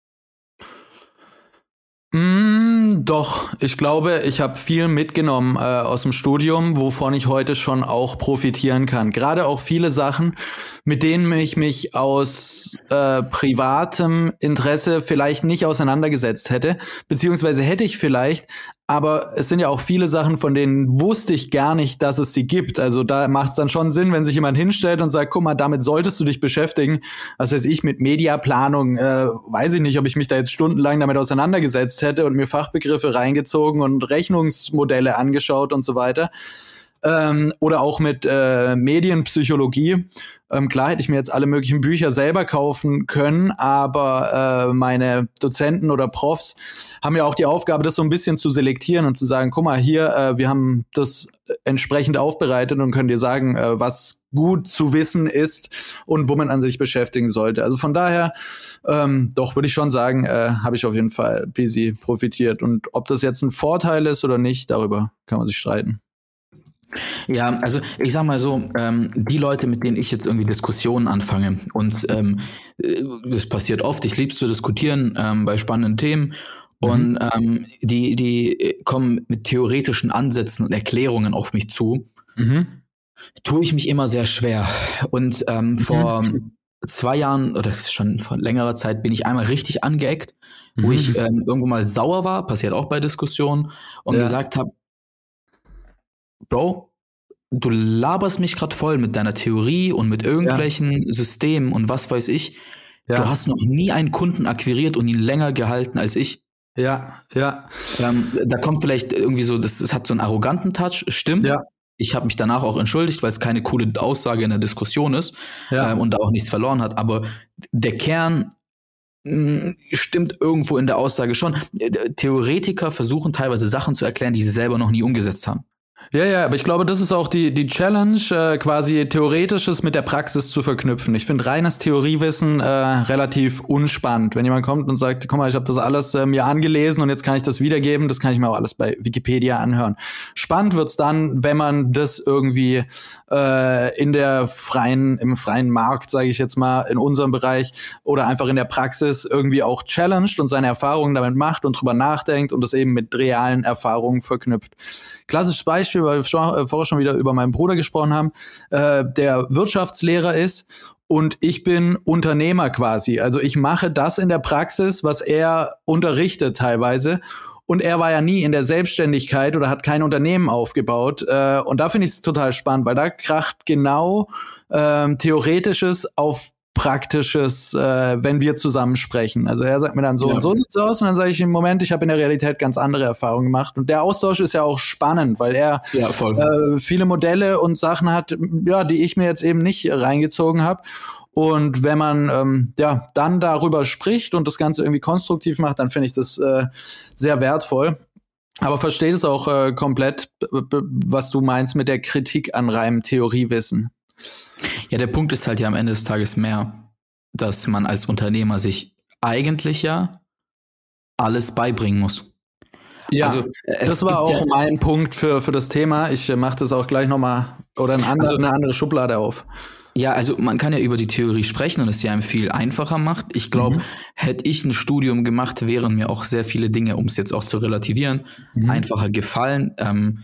Doch, ich glaube, ich habe viel mitgenommen aus dem Studium, wovon ich heute schon auch profitieren kann. Gerade auch viele Sachen, mit denen ich mich aus privatem Interesse vielleicht nicht auseinandergesetzt hätte, beziehungsweise hätte ich vielleicht, aber es sind ja auch viele Sachen, von denen wusste ich gar nicht, dass es sie gibt. Also da macht es dann schon Sinn, wenn sich jemand hinstellt und sagt, guck mal, damit solltest du dich beschäftigen. Was weiß ich, mit Mediaplanung, weiß ich nicht, ob ich mich da jetzt stundenlang damit auseinandergesetzt hätte und mir Fachbegriffe reingezogen und Rechnungsmodelle angeschaut und so weiter. Oder auch mit Medienpsychologie. Klar hätte ich mir jetzt alle möglichen Bücher selber kaufen können, aber meine Dozenten oder Profs haben ja auch die Aufgabe, das so ein bisschen zu selektieren und zu sagen, guck mal, hier, wir haben das entsprechend aufbereitet und können dir sagen, was gut zu wissen ist und womit man sich beschäftigen sollte. Also von daher, doch würde ich schon sagen, habe ich auf jeden Fall busy profitiert. Und ob das jetzt ein Vorteil ist oder nicht, darüber kann man sich streiten.
Ja, also ich sag mal so, die Leute, mit denen ich jetzt irgendwie Diskussionen anfange und das passiert oft, ich lieb's zu diskutieren bei spannenden Themen und die kommen mit theoretischen Ansätzen und Erklärungen auf mich zu, tue ich mich immer sehr schwer. Und vor 2 Jahren, oder das ist schon vor längerer Zeit, bin ich einmal richtig angeeckt, wo ich irgendwo mal sauer war, passiert auch bei Diskussionen, und gesagt habe, Bro, du laberst mich gerade voll mit deiner Theorie und mit irgendwelchen Systemen und was weiß ich. Ja. Du hast noch nie einen Kunden akquiriert und ihn länger gehalten als ich.
Ja.
Da kommt vielleicht irgendwie so, das hat so einen arroganten Touch, stimmt. Ja. Ich habe mich danach auch entschuldigt, weil es keine coole Aussage in der Diskussion ist und da auch nichts verloren hat. Aber der Kern stimmt irgendwo in der Aussage schon. Theoretiker versuchen teilweise Sachen zu erklären, die sie selber noch nie umgesetzt haben.
Ja, aber ich glaube, das ist auch die Challenge, quasi Theoretisches mit der Praxis zu verknüpfen. Ich finde reines Theoriewissen relativ unspannend. Wenn jemand kommt und sagt, guck mal, ich habe das alles mir angelesen und jetzt kann ich das wiedergeben, das kann ich mir auch alles bei Wikipedia anhören. Spannend wird's dann, wenn man das irgendwie im freien Markt, sage ich jetzt mal, in unserem Bereich oder einfach in der Praxis irgendwie auch challenged und seine Erfahrungen damit macht und drüber nachdenkt und das eben mit realen Erfahrungen verknüpft. Klassisches Beispiel, weil wir vorher schon wieder über meinen Bruder gesprochen haben, der Wirtschaftslehrer ist und ich bin Unternehmer quasi. Also ich mache das in der Praxis, was er unterrichtet teilweise. Und er war ja nie in der Selbstständigkeit oder hat kein Unternehmen aufgebaut. Und da finde ich es total spannend, weil da kracht genau Theoretisches auf Praktisches, wenn wir zusammen sprechen. Also er sagt mir dann so und so sieht's aus und dann sage ich im Moment, ich habe in der Realität ganz andere Erfahrungen gemacht. Und der Austausch ist ja auch spannend, weil er viele Modelle und Sachen hat, die ich mir jetzt eben nicht reingezogen habe. Und wenn man dann darüber spricht und das Ganze irgendwie konstruktiv macht, dann finde ich das sehr wertvoll. Aber versteht es auch komplett, was du meinst mit der Kritik an reinem Theoriewissen.
Ja, der Punkt ist halt ja am Ende des Tages mehr, dass man als Unternehmer sich eigentlich alles beibringen muss.
Ja, also, das war auch mein Punkt für das Thema. Ich mache das auch gleich nochmal oder eine andere Schublade auf.
Ja, also man kann ja über die Theorie sprechen und es ja einem viel einfacher macht. Ich glaube, hätte ich ein Studium gemacht, wären mir auch sehr viele Dinge, um es jetzt auch zu relativieren, einfacher gefallen.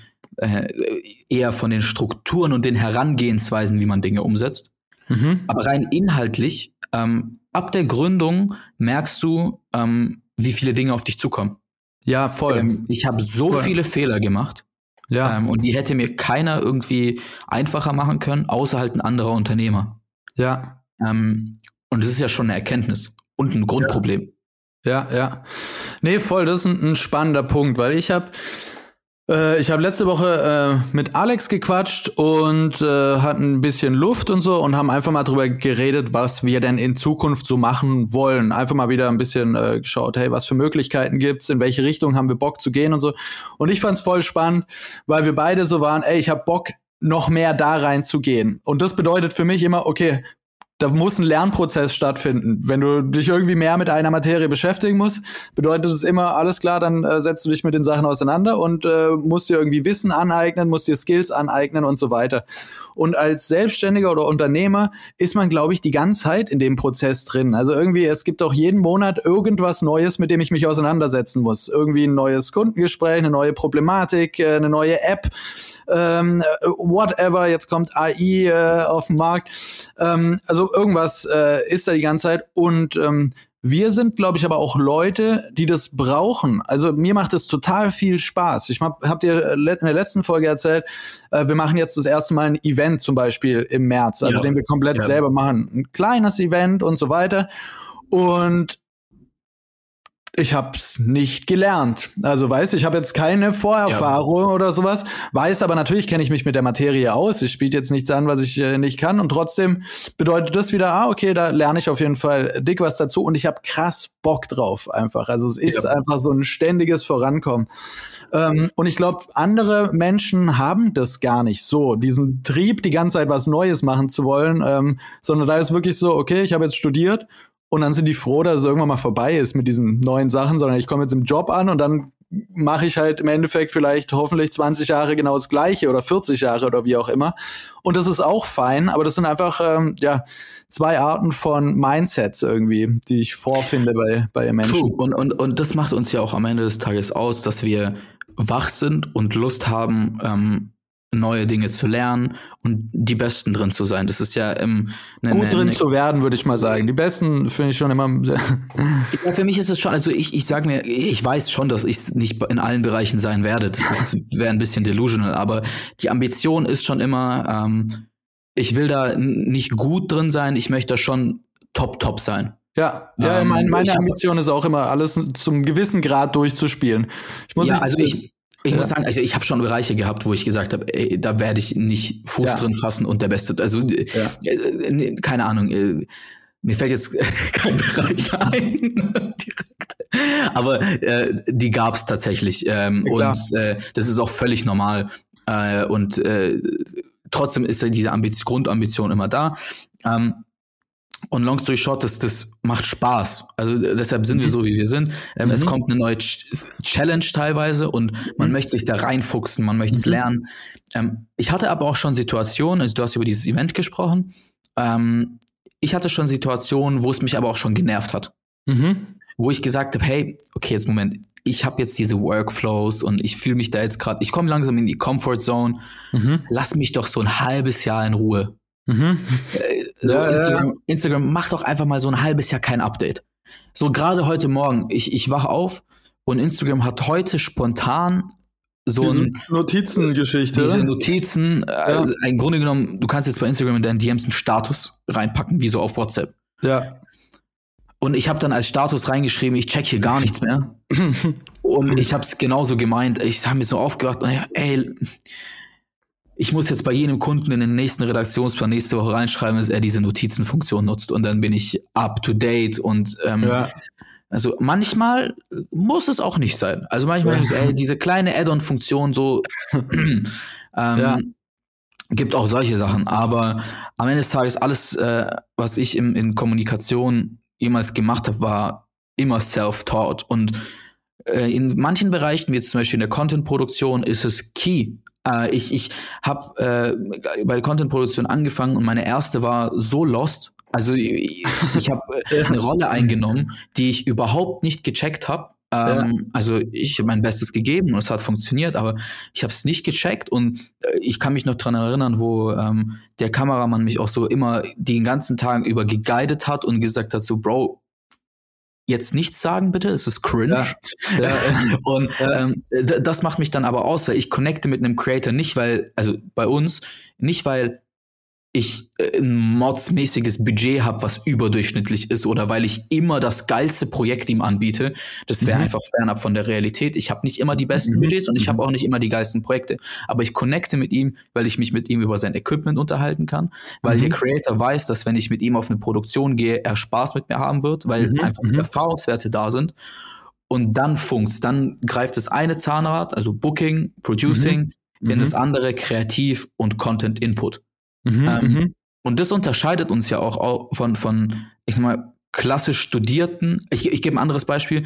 Eher von den Strukturen und den Herangehensweisen, wie man Dinge umsetzt. Aber rein inhaltlich, ab der Gründung merkst du, wie viele Dinge auf dich zukommen.
Ja, voll.
Ich habe so viele Fehler gemacht. Ja. Und die hätte mir keiner irgendwie einfacher machen können, außer halt ein anderer Unternehmer.
Ja.
Und das ist ja schon eine Erkenntnis und ein Grundproblem.
Ja. Nee, voll, das ist ein spannender Punkt, weil ich habe letzte Woche mit Alex gequatscht und hatten ein bisschen Luft und so und haben einfach mal drüber geredet, was wir denn in Zukunft so machen wollen. Einfach mal wieder ein bisschen geschaut, hey, was für Möglichkeiten gibt's, in welche Richtung haben wir Bock zu gehen und so. Und ich fand's voll spannend, weil wir beide so waren, ey, ich hab Bock, noch mehr da reinzugehen. Und das bedeutet für mich immer, okay, da muss ein Lernprozess stattfinden. Wenn du dich irgendwie mehr mit einer Materie beschäftigen musst, bedeutet es immer, alles klar, dann setzt du dich mit den Sachen auseinander und musst dir irgendwie Wissen aneignen, musst dir Skills aneignen und so weiter. Und als Selbstständiger oder Unternehmer ist man, glaube ich, die ganze Zeit in dem Prozess drin. Also irgendwie, es gibt auch jeden Monat irgendwas Neues, mit dem ich mich auseinandersetzen muss. Irgendwie ein neues Kundengespräch, eine neue Problematik, eine neue App, whatever, jetzt kommt AI auf den Markt. Also irgendwas ist da die ganze Zeit und wir sind, glaube ich, aber auch Leute, die das brauchen. Also mir macht es total viel Spaß. Ich hab dir in der letzten Folge erzählt, wir machen jetzt das erste Mal ein Event zum Beispiel im März, also den wir komplett selber machen. Ein kleines Event und so weiter. Und ich hab's nicht gelernt. Also ich habe jetzt keine Vorerfahrung oder sowas, weiß aber natürlich kenne ich mich mit der Materie aus. Ich spiele jetzt nichts an, was ich nicht kann und trotzdem bedeutet das wieder, okay, da lerne ich auf jeden Fall dick was dazu und ich habe krass Bock drauf einfach. Also es ist einfach so ein ständiges Vorankommen. Und ich glaube, andere Menschen haben das gar nicht so, diesen Trieb, die ganze Zeit was Neues machen zu wollen, sondern da ist wirklich so, okay, ich habe jetzt studiert und dann sind die froh, dass es irgendwann mal vorbei ist mit diesen neuen Sachen, sondern ich komme jetzt im Job an und dann mache ich halt im Endeffekt vielleicht hoffentlich 20 Jahre genau das Gleiche oder 40 Jahre oder wie auch immer. Und das ist auch fein, aber das sind einfach zwei Arten von Mindsets irgendwie, die ich vorfinde bei Menschen.
True. Und das macht uns ja auch am Ende des Tages aus, dass wir wach sind und Lust haben, neue Dinge zu lernen und die Besten drin zu sein. Das ist ja
gut drin zu werden, würde ich mal sagen. Die Besten finde ich schon immer
ja, für mich ist es schon, also ich sage mir, ich weiß schon, dass ich nicht in allen Bereichen sein werde. Das wäre ein bisschen delusional, aber die Ambition ist schon immer, ich will da nicht gut drin sein, ich möchte da schon top sein.
Ja, meine Ambition ist auch immer, alles zum gewissen Grad durchzuspielen.
Ich muss sagen, also ich habe schon Bereiche gehabt, wo ich gesagt habe, da werde ich nicht Fuß drin fassen und der Beste. Also keine Ahnung, mir fällt jetzt kein Bereich ein direkt. Aber die gab's tatsächlich und das ist auch völlig normal und trotzdem ist diese Grundambition immer da. Und long story short, das macht Spaß. Also deshalb sind wir so, wie wir sind. Es kommt eine neue Challenge teilweise und man möchte sich da reinfuchsen, man möchte es lernen. Ich hatte aber auch schon Situationen, also du hast über dieses Event gesprochen, ich hatte schon Situationen, wo es mich aber auch schon genervt hat. Wo ich gesagt habe, hey, okay, jetzt Moment, ich habe jetzt diese Workflows und ich fühle mich da jetzt gerade, ich komme langsam in die Comfort Zone, lass mich doch so ein halbes Jahr in Ruhe. Instagram, mach doch einfach mal so ein halbes Jahr kein Update. So gerade heute Morgen, ich wach auf und Instagram hat heute spontan so
diese Notizengeschichte.
Diese Notizen, im Grunde genommen, du kannst jetzt bei Instagram in deinen DMs einen Status reinpacken, wie so auf WhatsApp.
Ja.
Und ich habe dann als Status reingeschrieben, ich check hier gar nichts mehr. Und ich habe es genauso gemeint. Ich habe mir so aufgewacht und ey, ich muss jetzt bei jedem Kunden in den nächsten Redaktionsplan nächste Woche reinschreiben, dass er diese Notizenfunktion nutzt und dann bin ich up to date und also manchmal muss es auch nicht sein. Also manchmal diese kleine Add-on-Funktion so gibt auch solche Sachen, aber am Ende des Tages alles, was ich in Kommunikation jemals gemacht habe, war immer self-taught und in manchen Bereichen, wie jetzt zum Beispiel in der Content-Produktion, ist es key. Ich habe bei der Content-Produktion angefangen und meine erste war so lost. Also ich habe eine Rolle eingenommen, die ich überhaupt nicht gecheckt habe. Also ich habe mein Bestes gegeben und es hat funktioniert, aber ich habe es nicht gecheckt und ich kann mich noch dran erinnern, wo der Kameramann mich auch so immer den ganzen Tag über geguidet hat und gesagt hat, so Bro, jetzt nichts sagen bitte, es ist cringe. Und das macht mich dann aber aus, weil ich connecte mit einem Creator nicht, weil ich ein modsmäßiges Budget habe, was überdurchschnittlich ist oder weil ich immer das geilste Projekt ihm anbiete. Das wäre einfach fernab von der Realität. Ich habe nicht immer die besten Budgets und ich habe auch nicht immer die geilsten Projekte. Aber ich connecte mit ihm, weil ich mich mit ihm über sein Equipment unterhalten kann, weil der Creator weiß, dass wenn ich mit ihm auf eine Produktion gehe, er Spaß mit mir haben wird, weil einfach die Erfahrungswerte da sind. Und dann dann greift das eine Zahnrad, also Booking, Producing, in das andere Kreativ und Content Input. Und das unterscheidet uns ja auch von ich sag mal, klassisch Studierten. Ich gebe ein anderes Beispiel.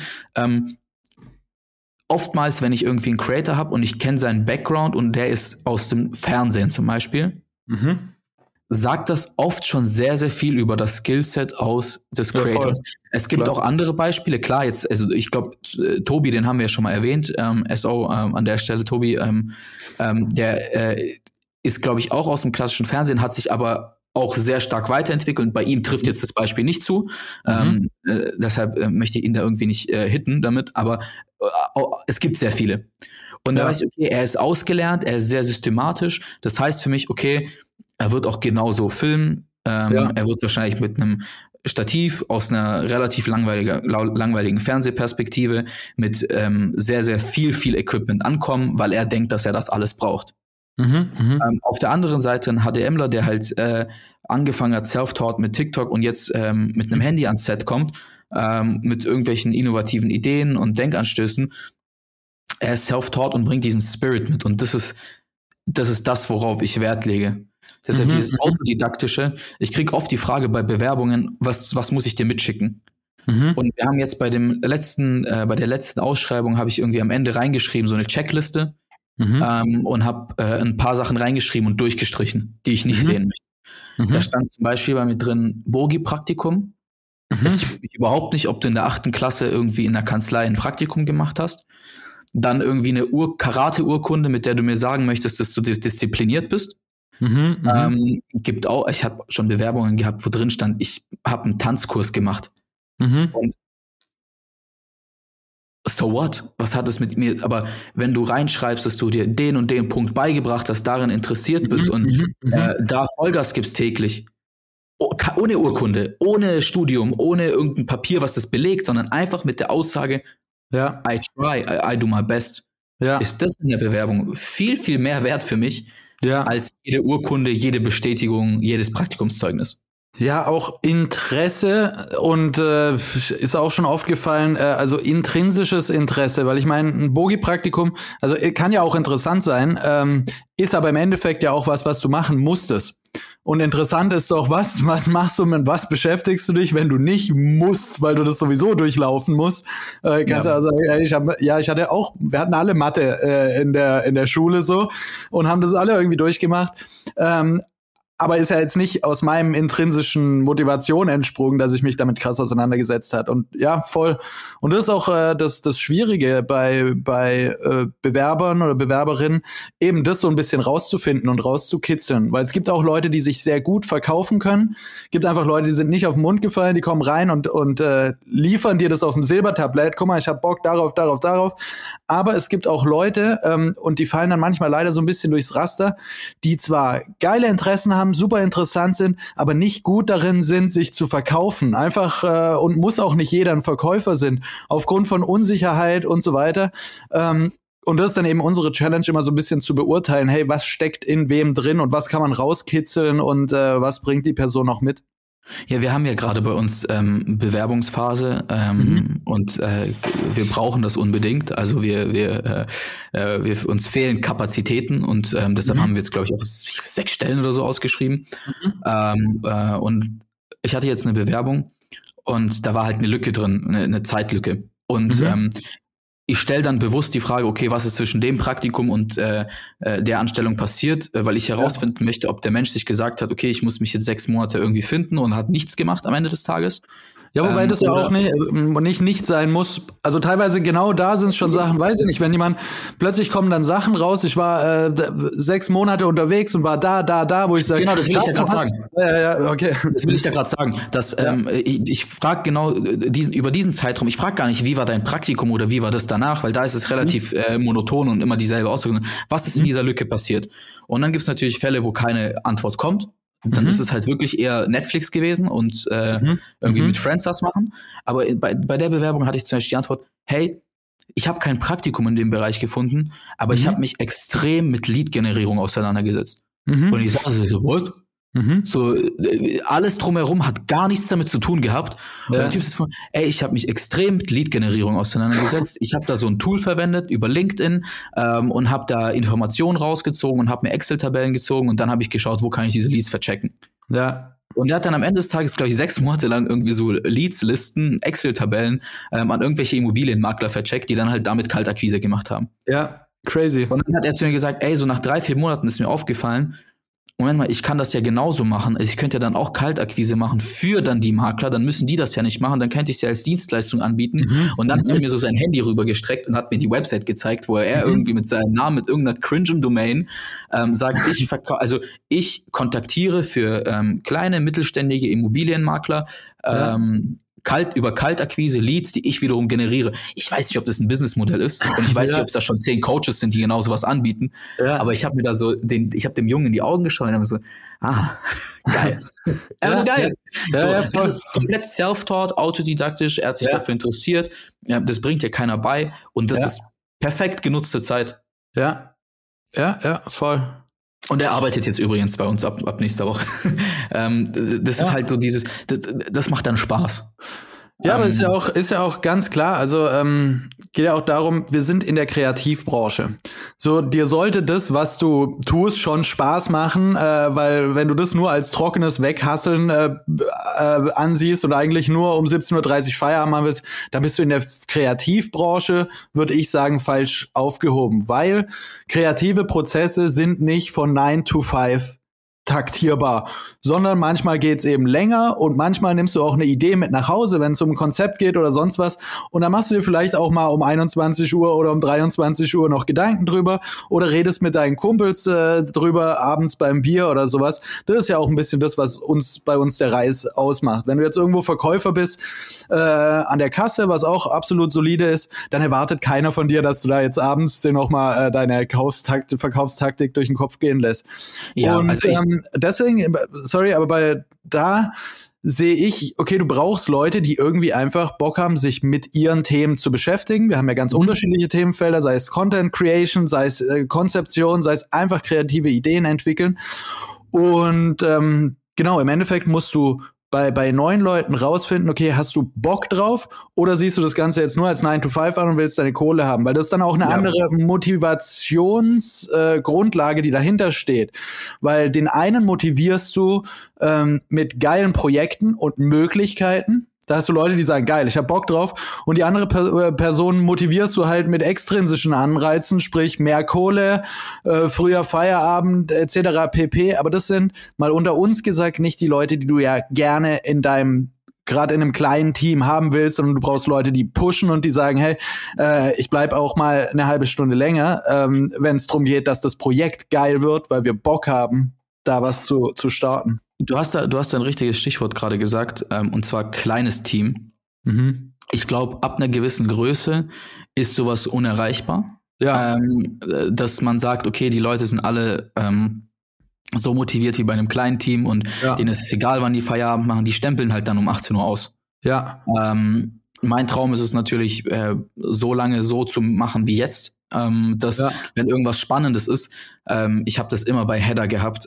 Oftmals, wenn ich irgendwie einen Creator habe und ich kenne seinen Background und der ist aus dem Fernsehen zum Beispiel, sagt das oft schon sehr, sehr viel über das Skillset des Creators. Es gibt auch andere Beispiele. Klar, jetzt, also ich glaube, Tobi, den haben wir ja schon mal erwähnt, SO an der Stelle, Tobi, der ist, glaube ich, auch aus dem klassischen Fernsehen, hat sich aber auch sehr stark weiterentwickelt. Bei ihm trifft jetzt das Beispiel nicht zu. Deshalb möchte ich ihn da irgendwie nicht hitten damit, aber es gibt sehr viele. Und da weiß ich, okay, er ist ausgelernt, er ist sehr systematisch. Das heißt für mich, okay, er wird auch genauso filmen. Er wird wahrscheinlich mit einem Stativ aus einer relativ langweiligen Fernsehperspektive mit sehr, sehr viel Equipment ankommen, weil er denkt, dass er das alles braucht. Auf der anderen Seite ein HDMler, der halt angefangen hat, Self-Taught mit TikTok und jetzt mit einem Handy ans Set kommt, mit irgendwelchen innovativen Ideen und Denkanstößen. Er ist Self-Taught und bringt diesen Spirit mit. Und das ist das, worauf ich Wert lege. Deshalb dieses Autodidaktische. Ich kriege oft die Frage bei Bewerbungen, was muss ich dir mitschicken? Und wir haben jetzt bei der letzten Ausschreibung habe ich irgendwie am Ende reingeschrieben, so eine Checkliste. Und habe ein paar Sachen reingeschrieben und durchgestrichen, die ich nicht sehen möchte. Da stand zum Beispiel bei mir drin Bogi-Praktikum. Es juckt mich überhaupt nicht, ob du in der 8. Klasse irgendwie in der Kanzlei ein Praktikum gemacht hast. Dann irgendwie eine Karate-Urkunde, mit der du mir sagen möchtest, dass du diszipliniert bist. Gibt auch, ich habe schon Bewerbungen gehabt, wo drin stand, ich habe einen Tanzkurs gemacht. Und so what? Was hat es mit mir? Aber wenn du reinschreibst, dass du dir den und den Punkt beigebracht hast, darin interessiert bist und da Vollgas gibst täglich, ohne Urkunde, ohne Studium, ohne irgendein Papier, was das belegt, sondern einfach mit der Aussage, I try, I do my best, ist das in der Bewerbung viel mehr wert für mich, als jede Urkunde, jede Bestätigung, jedes Praktikumszeugnis.
Ja, auch Interesse und ist auch schon aufgefallen, also intrinsisches Interesse, weil ich meine, ein Bogi-Praktikum, also kann ja auch interessant sein, ist aber im Endeffekt ja auch was du machen musstest. Und interessant ist doch, was machst du, mit was beschäftigst du dich, wenn du nicht musst, weil du das sowieso durchlaufen musst. Kannst du also sagen, wir hatten alle Mathe in der Schule so und haben das alle irgendwie durchgemacht. Aber ist ja jetzt nicht aus meinem intrinsischen Motivation entsprungen, dass ich mich damit krass auseinandergesetzt hat. Und ja, voll. Und das ist auch das Schwierige bei Bewerbern oder Bewerberinnen, eben das so ein bisschen rauszufinden und rauszukitzeln. Weil es gibt auch Leute, die sich sehr gut verkaufen können. Gibt einfach Leute, die sind nicht auf den Mund gefallen, die kommen rein und liefern dir das auf dem Silbertablett. Guck mal, ich hab Bock darauf. Aber es gibt auch Leute, und die fallen dann manchmal leider so ein bisschen durchs Raster, die zwar geile Interessen haben, super interessant sind, aber nicht gut darin sind, sich zu verkaufen. Einfach, und muss auch nicht jeder ein Verkäufer sein, aufgrund von Unsicherheit und so weiter. Und das ist dann eben unsere Challenge, immer so ein bisschen zu beurteilen, hey, was steckt in wem drin und was kann man rauskitzeln und was bringt die Person noch mit?
Ja, wir haben ja gerade bei uns Bewerbungsphase und wir brauchen das unbedingt. Also wir uns fehlen Kapazitäten und deshalb haben wir jetzt, glaube ich, auch 6 Stellen oder so ausgeschrieben. Und ich hatte jetzt eine Bewerbung und da war halt eine Lücke drin, eine Zeitlücke. Und ich stelle dann bewusst die Frage, okay, was ist zwischen dem Praktikum und der Anstellung passiert, weil ich herausfinden möchte, ob der Mensch sich gesagt hat, okay, ich muss mich jetzt 6 Monate irgendwie finden und hat nichts gemacht am Ende des Tages.
Ja, wobei das ja auch nicht sein muss. Also teilweise genau da sind es schon Sachen, weiß ich nicht, wenn jemand, plötzlich kommen dann Sachen raus, ich war 6 Monate unterwegs und war da, wo ich sage,
genau, das will ich ja gerade sagen.
Ja, okay.
Das will ich ja gerade sagen, dass ich frage genau über diesen Zeitraum, ich frage gar nicht, wie war dein Praktikum oder wie war das danach, weil da ist es relativ monoton und immer dieselbe Ausdrücke. Was ist in dieser Lücke passiert? Und dann gibt es natürlich Fälle, wo keine Antwort kommt. Dann ist es halt wirklich eher Netflix gewesen und irgendwie mit Friends das machen. Aber bei der Bewerbung hatte ich zum Beispiel die Antwort, hey, ich habe kein Praktikum in dem Bereich gefunden, aber ich habe mich extrem mit Lead-Generierung auseinandergesetzt. Und ich sage so, what? So, alles drumherum hat gar nichts damit zu tun gehabt. Und der Typ ist von, ich habe mich extrem mit Lead-Generierung auseinandergesetzt. Ich habe da so ein Tool verwendet über LinkedIn und habe da Informationen rausgezogen und habe mir Excel-Tabellen gezogen und dann habe ich geschaut, wo kann ich diese Leads verchecken.
Ja.
Und er hat dann am Ende des Tages, glaube ich, 6 Monate lang irgendwie so Leads, Listen, Excel-Tabellen an irgendwelche Immobilienmakler vercheckt, die dann halt damit Kaltakquise gemacht haben.
Ja, crazy.
Und dann hat er zu mir gesagt, ey, so nach 3-4 Monaten ist mir aufgefallen, Moment mal, ich kann das ja genauso machen. Also ich könnte ja dann auch Kaltakquise machen für dann die Makler, dann müssen die das ja nicht machen, dann könnte ich es ja als Dienstleistung anbieten. Und dann hat er mir so sein Handy rübergestreckt und hat mir die Website gezeigt, wo er irgendwie mit seinem Namen, mit irgendeiner cringen Domain sagt, ich kontaktiere für kleine, mittelständige Immobilienmakler über Kaltakquise Leads, die ich wiederum generiere. Ich weiß nicht, ob das ein Businessmodell ist und ich weiß nicht, ob es da schon 10 Coaches sind, die genau sowas anbieten. Ja. Aber ich habe mir da so ich habe dem Jungen in die Augen geschaut und habe so, geil. Geil. Das ist komplett self-taught, autodidaktisch, er hat sich dafür interessiert. Ja, das bringt ja keiner bei und das ist perfekt genutzte Zeit.
Ja, voll.
Und er arbeitet jetzt übrigens bei uns ab nächster Woche. Das ist halt so das macht dann Spaß.
Ja, aber ist ja auch ganz klar, also geht ja auch darum, wir sind in der Kreativbranche. So, dir sollte das, was du tust, schon Spaß machen, weil wenn du das nur als trockenes Weghasseln ansiehst und eigentlich nur um 17:30 Uhr Feierabend haben willst, dann bist du in der Kreativbranche, würde ich sagen, falsch aufgehoben, weil kreative Prozesse sind nicht von 9 to 5 taktierbar, sondern manchmal geht's eben länger und manchmal nimmst du auch eine Idee mit nach Hause, wenn es um ein Konzept geht oder sonst was und dann machst du dir vielleicht auch mal um 21 Uhr oder um 23 Uhr noch Gedanken drüber oder redest mit deinen Kumpels drüber abends beim Bier oder sowas. Das ist ja auch ein bisschen das, was bei uns der Reis ausmacht. Wenn du jetzt irgendwo Verkäufer bist an der Kasse, was auch absolut solide ist, dann erwartet keiner von dir, dass du da jetzt abends dir noch mal deine Verkaufstaktik durch den Kopf gehen lässt.
Ja,
und
also
deswegen, sorry, aber da sehe ich, okay, du brauchst Leute, die irgendwie einfach Bock haben, sich mit ihren Themen zu beschäftigen. Wir haben ja ganz unterschiedliche Themenfelder, sei es Content Creation, sei es Konzeption, sei es einfach kreative Ideen entwickeln. Und genau, im Endeffekt musst du bei neuen Leuten rausfinden, okay, hast du Bock drauf oder siehst du das Ganze jetzt nur als 9 to 5 an und willst deine Kohle haben? Weil das ist dann auch eine andere Motivationsgrundlage, die dahinter steht. Weil den einen motivierst du mit geilen Projekten und Möglichkeiten. Da hast du Leute, die sagen, geil, ich hab Bock drauf. Und die andere Person motivierst du halt mit extrinsischen Anreizen, sprich mehr Kohle, früher Feierabend etc. pp. Aber das sind, mal unter uns gesagt, nicht die Leute, die du ja gerne gerade in einem kleinen Team haben willst, sondern du brauchst Leute, die pushen und die sagen, hey, ich bleib auch mal eine halbe Stunde länger, wenn es darum geht, dass das Projekt geil wird, weil wir Bock haben, da was zu starten.
Du hast da ein richtiges Stichwort gerade gesagt, und zwar kleines Team. Ich glaube, ab einer gewissen Größe ist sowas unerreichbar. Ja. Dass man sagt, okay, die Leute sind alle so motiviert wie bei einem kleinen Team und denen ist es egal, wann die Feierabend machen, die stempeln halt dann um 18 Uhr aus. Ja. Mein Traum ist es natürlich, so lange so zu machen wie jetzt, dass wenn irgendwas Spannendes ist, ich habe das immer bei Header gehabt,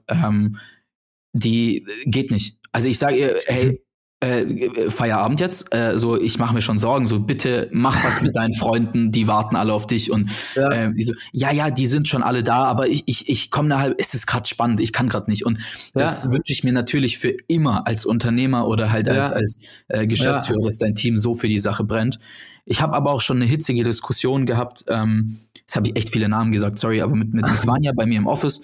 die geht nicht. Also ich sage ihr, hey, Feierabend jetzt, so ich mache mir schon Sorgen, so bitte mach was mit deinen Freunden, die warten alle auf dich und die so, die sind schon alle da, aber ich komme da halt, es ist gerade spannend, ich kann gerade nicht und das wünsche ich mir natürlich für immer als Unternehmer oder halt als Geschäftsführer, dass dein Team so für die Sache brennt. Ich habe aber auch schon eine hitzige Diskussion gehabt, jetzt habe ich echt viele Namen gesagt, sorry, aber mit Vanya bei mir im Office,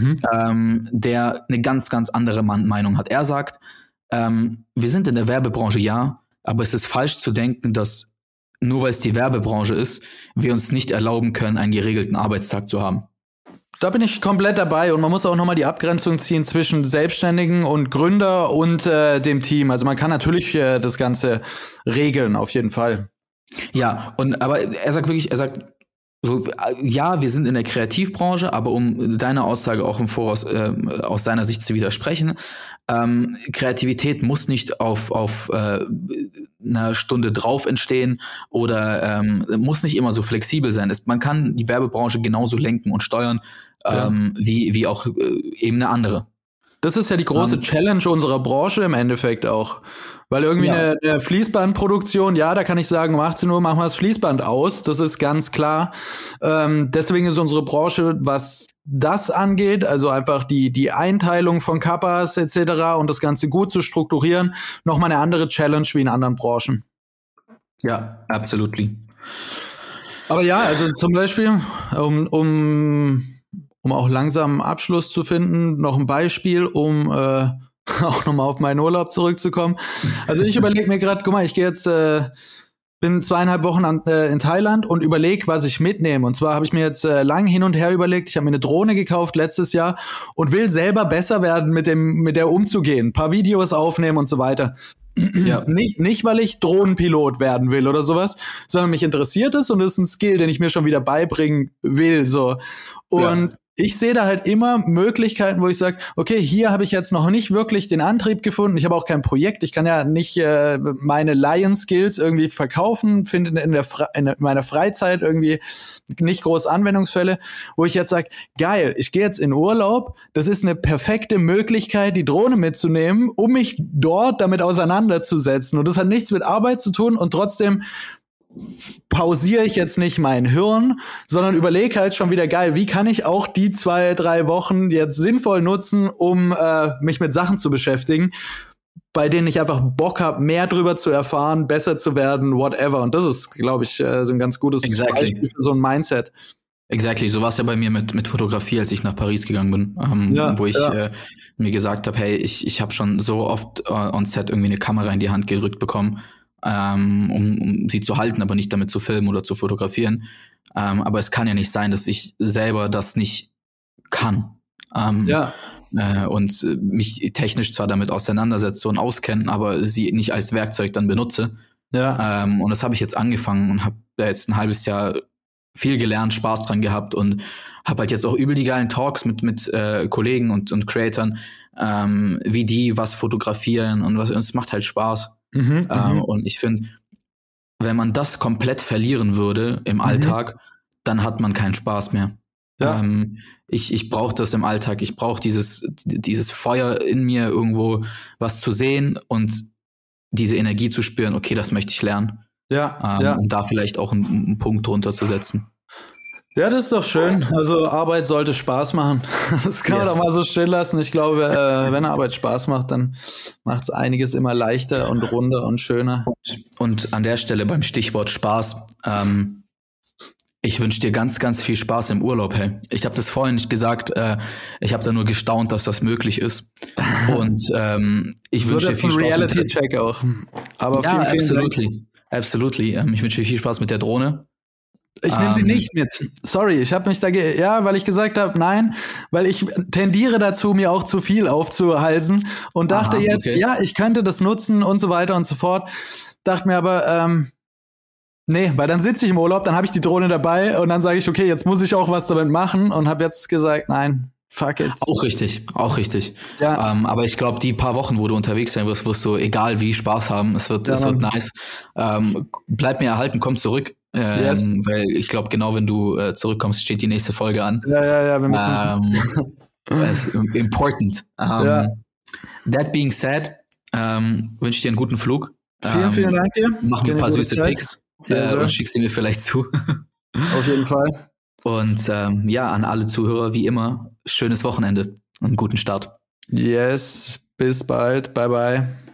der eine ganz, ganz andere Meinung hat. Er sagt, wir sind in der Werbebranche, ja, aber es ist falsch zu denken, dass nur weil es die Werbebranche ist, wir uns nicht erlauben können, einen geregelten Arbeitstag zu haben.
Da bin ich komplett dabei und man muss auch nochmal die Abgrenzung ziehen zwischen Selbstständigen und Gründer und dem Team. Also man kann natürlich das Ganze regeln, auf jeden Fall.
Ja, aber er sagt, so, ja, wir sind in der Kreativbranche, aber um deine Aussage auch im Voraus aus seiner Sicht zu widersprechen, Kreativität muss nicht auf einer Stunde drauf entstehen oder muss nicht immer so flexibel sein. Man kann die Werbebranche genauso lenken und steuern wie auch eben eine andere.
Das ist ja die große Challenge unserer Branche im Endeffekt auch. Weil irgendwie eine Fließbandproduktion, ja, da kann ich sagen, um 18 Uhr machen wir das Fließband aus. Das ist ganz klar. Deswegen ist unsere Branche, was das angeht, also einfach die Einteilung von Kappas etc. und das Ganze gut zu strukturieren, nochmal eine andere Challenge wie in anderen Branchen.
Ja, absolutely. Aber
ja, also zum Beispiel, um auch langsam einen Abschluss zu finden, noch ein Beispiel, um auch nochmal auf meinen Urlaub zurückzukommen. Also ich überlege mir gerade, guck mal, ich gehe jetzt, bin 2,5 Wochen in Thailand und überlege, was ich mitnehme. Und zwar habe ich mir jetzt lang hin und her überlegt, ich habe mir eine Drohne gekauft letztes Jahr und will selber besser werden, mit der umzugehen, ein paar Videos aufnehmen und so weiter. Ja. Nicht, weil ich Drohnenpilot werden will oder sowas, sondern mich interessiert es und es ist ein Skill, den ich mir schon wieder beibringen will. So. Und ich sehe da halt immer Möglichkeiten, wo ich sage, okay, hier habe ich jetzt noch nicht wirklich den Antrieb gefunden. Ich habe auch kein Projekt. Ich kann ja nicht meine Lion-Skills irgendwie verkaufen, finde in meiner Freizeit irgendwie nicht groß Anwendungsfälle, wo ich jetzt sage, geil, ich gehe jetzt in Urlaub. Das ist eine perfekte Möglichkeit, die Drohne mitzunehmen, um mich dort damit auseinanderzusetzen. Und das hat nichts mit Arbeit zu tun und trotzdem pausiere ich jetzt nicht mein Hirn, sondern überlege halt schon wieder, geil, wie kann ich auch die 2-3 Wochen jetzt sinnvoll nutzen, um mich mit Sachen zu beschäftigen, bei denen ich einfach Bock habe, mehr drüber zu erfahren, besser zu werden, whatever. Und das ist, glaube ich, so ein ganz gutes Beispiel für so ein Mindset.
Exactly, so war es ja bei mir mit Fotografie, als ich nach Paris gegangen bin, wo ich mir gesagt habe, hey, ich habe schon so oft on Set irgendwie eine Kamera in die Hand gedrückt bekommen, um sie zu halten, aber nicht damit zu filmen oder zu fotografieren. Aber es kann ja nicht sein, dass ich selber das nicht kann. Und mich technisch zwar damit auseinandersetze und auskenne, aber sie nicht als Werkzeug dann benutze. Ja. Und das habe ich jetzt angefangen und habe da jetzt ein halbes Jahr viel gelernt, Spaß dran gehabt und habe halt jetzt auch übel die geilen Talks mit Kollegen und Creatoren, wie die was fotografieren und es macht halt Spaß. Und ich finde, wenn man das komplett verlieren würde im Alltag, dann hat man keinen Spaß mehr. Ja. Ich brauche das im Alltag. Ich brauche dieses Feuer in mir, irgendwo was zu sehen und diese Energie zu spüren, okay, das möchte ich lernen. Um da vielleicht auch einen Punkt drunter zu setzen.
Ja, das ist doch schön. Also Arbeit sollte Spaß machen. Das kann man doch mal so stehen lassen. Ich glaube, wenn Arbeit Spaß macht, dann macht es einiges immer leichter und runder und schöner.
Und an der Stelle beim Stichwort Spaß, ich wünsche dir ganz, ganz viel Spaß im Urlaub, hey. Ich habe das vorhin nicht gesagt, ich habe da nur gestaunt, dass das möglich ist. Und ich wünsche dir viel Spaß.
Reality-Check auch. Aber
ja, absolutely. Ich wünsche dir viel Spaß mit der Drohne.
Ich nehme sie nicht mit. Sorry, ich habe mich weil ich gesagt habe, nein, weil ich tendiere dazu, mir auch zu viel aufzuhalsen und dachte ich könnte das nutzen und so weiter und so fort. Dachte mir aber, nee, weil dann sitze ich im Urlaub, dann habe ich die Drohne dabei und dann sage ich, okay, jetzt muss ich auch was damit machen und habe jetzt gesagt, nein, fuck it.
Auch richtig. Ja. Aber ich glaube, die paar Wochen, wo du unterwegs sein wirst du, egal wie, Spaß haben. Es wird nice. Bleib mir erhalten, komm zurück. Weil ich glaube, genau wenn du zurückkommst, steht die nächste Folge an.
Ja, wir müssen.
Das ist important. That being said, wünsche ich dir einen guten Flug.
Vielen Dank dir.
Mach ein paar süße Pics und schickst sie mir vielleicht zu.
Auf jeden Fall.
Und an alle Zuhörer, wie immer, schönes Wochenende und einen guten Start.
Yes, bis bald. Bye, bye.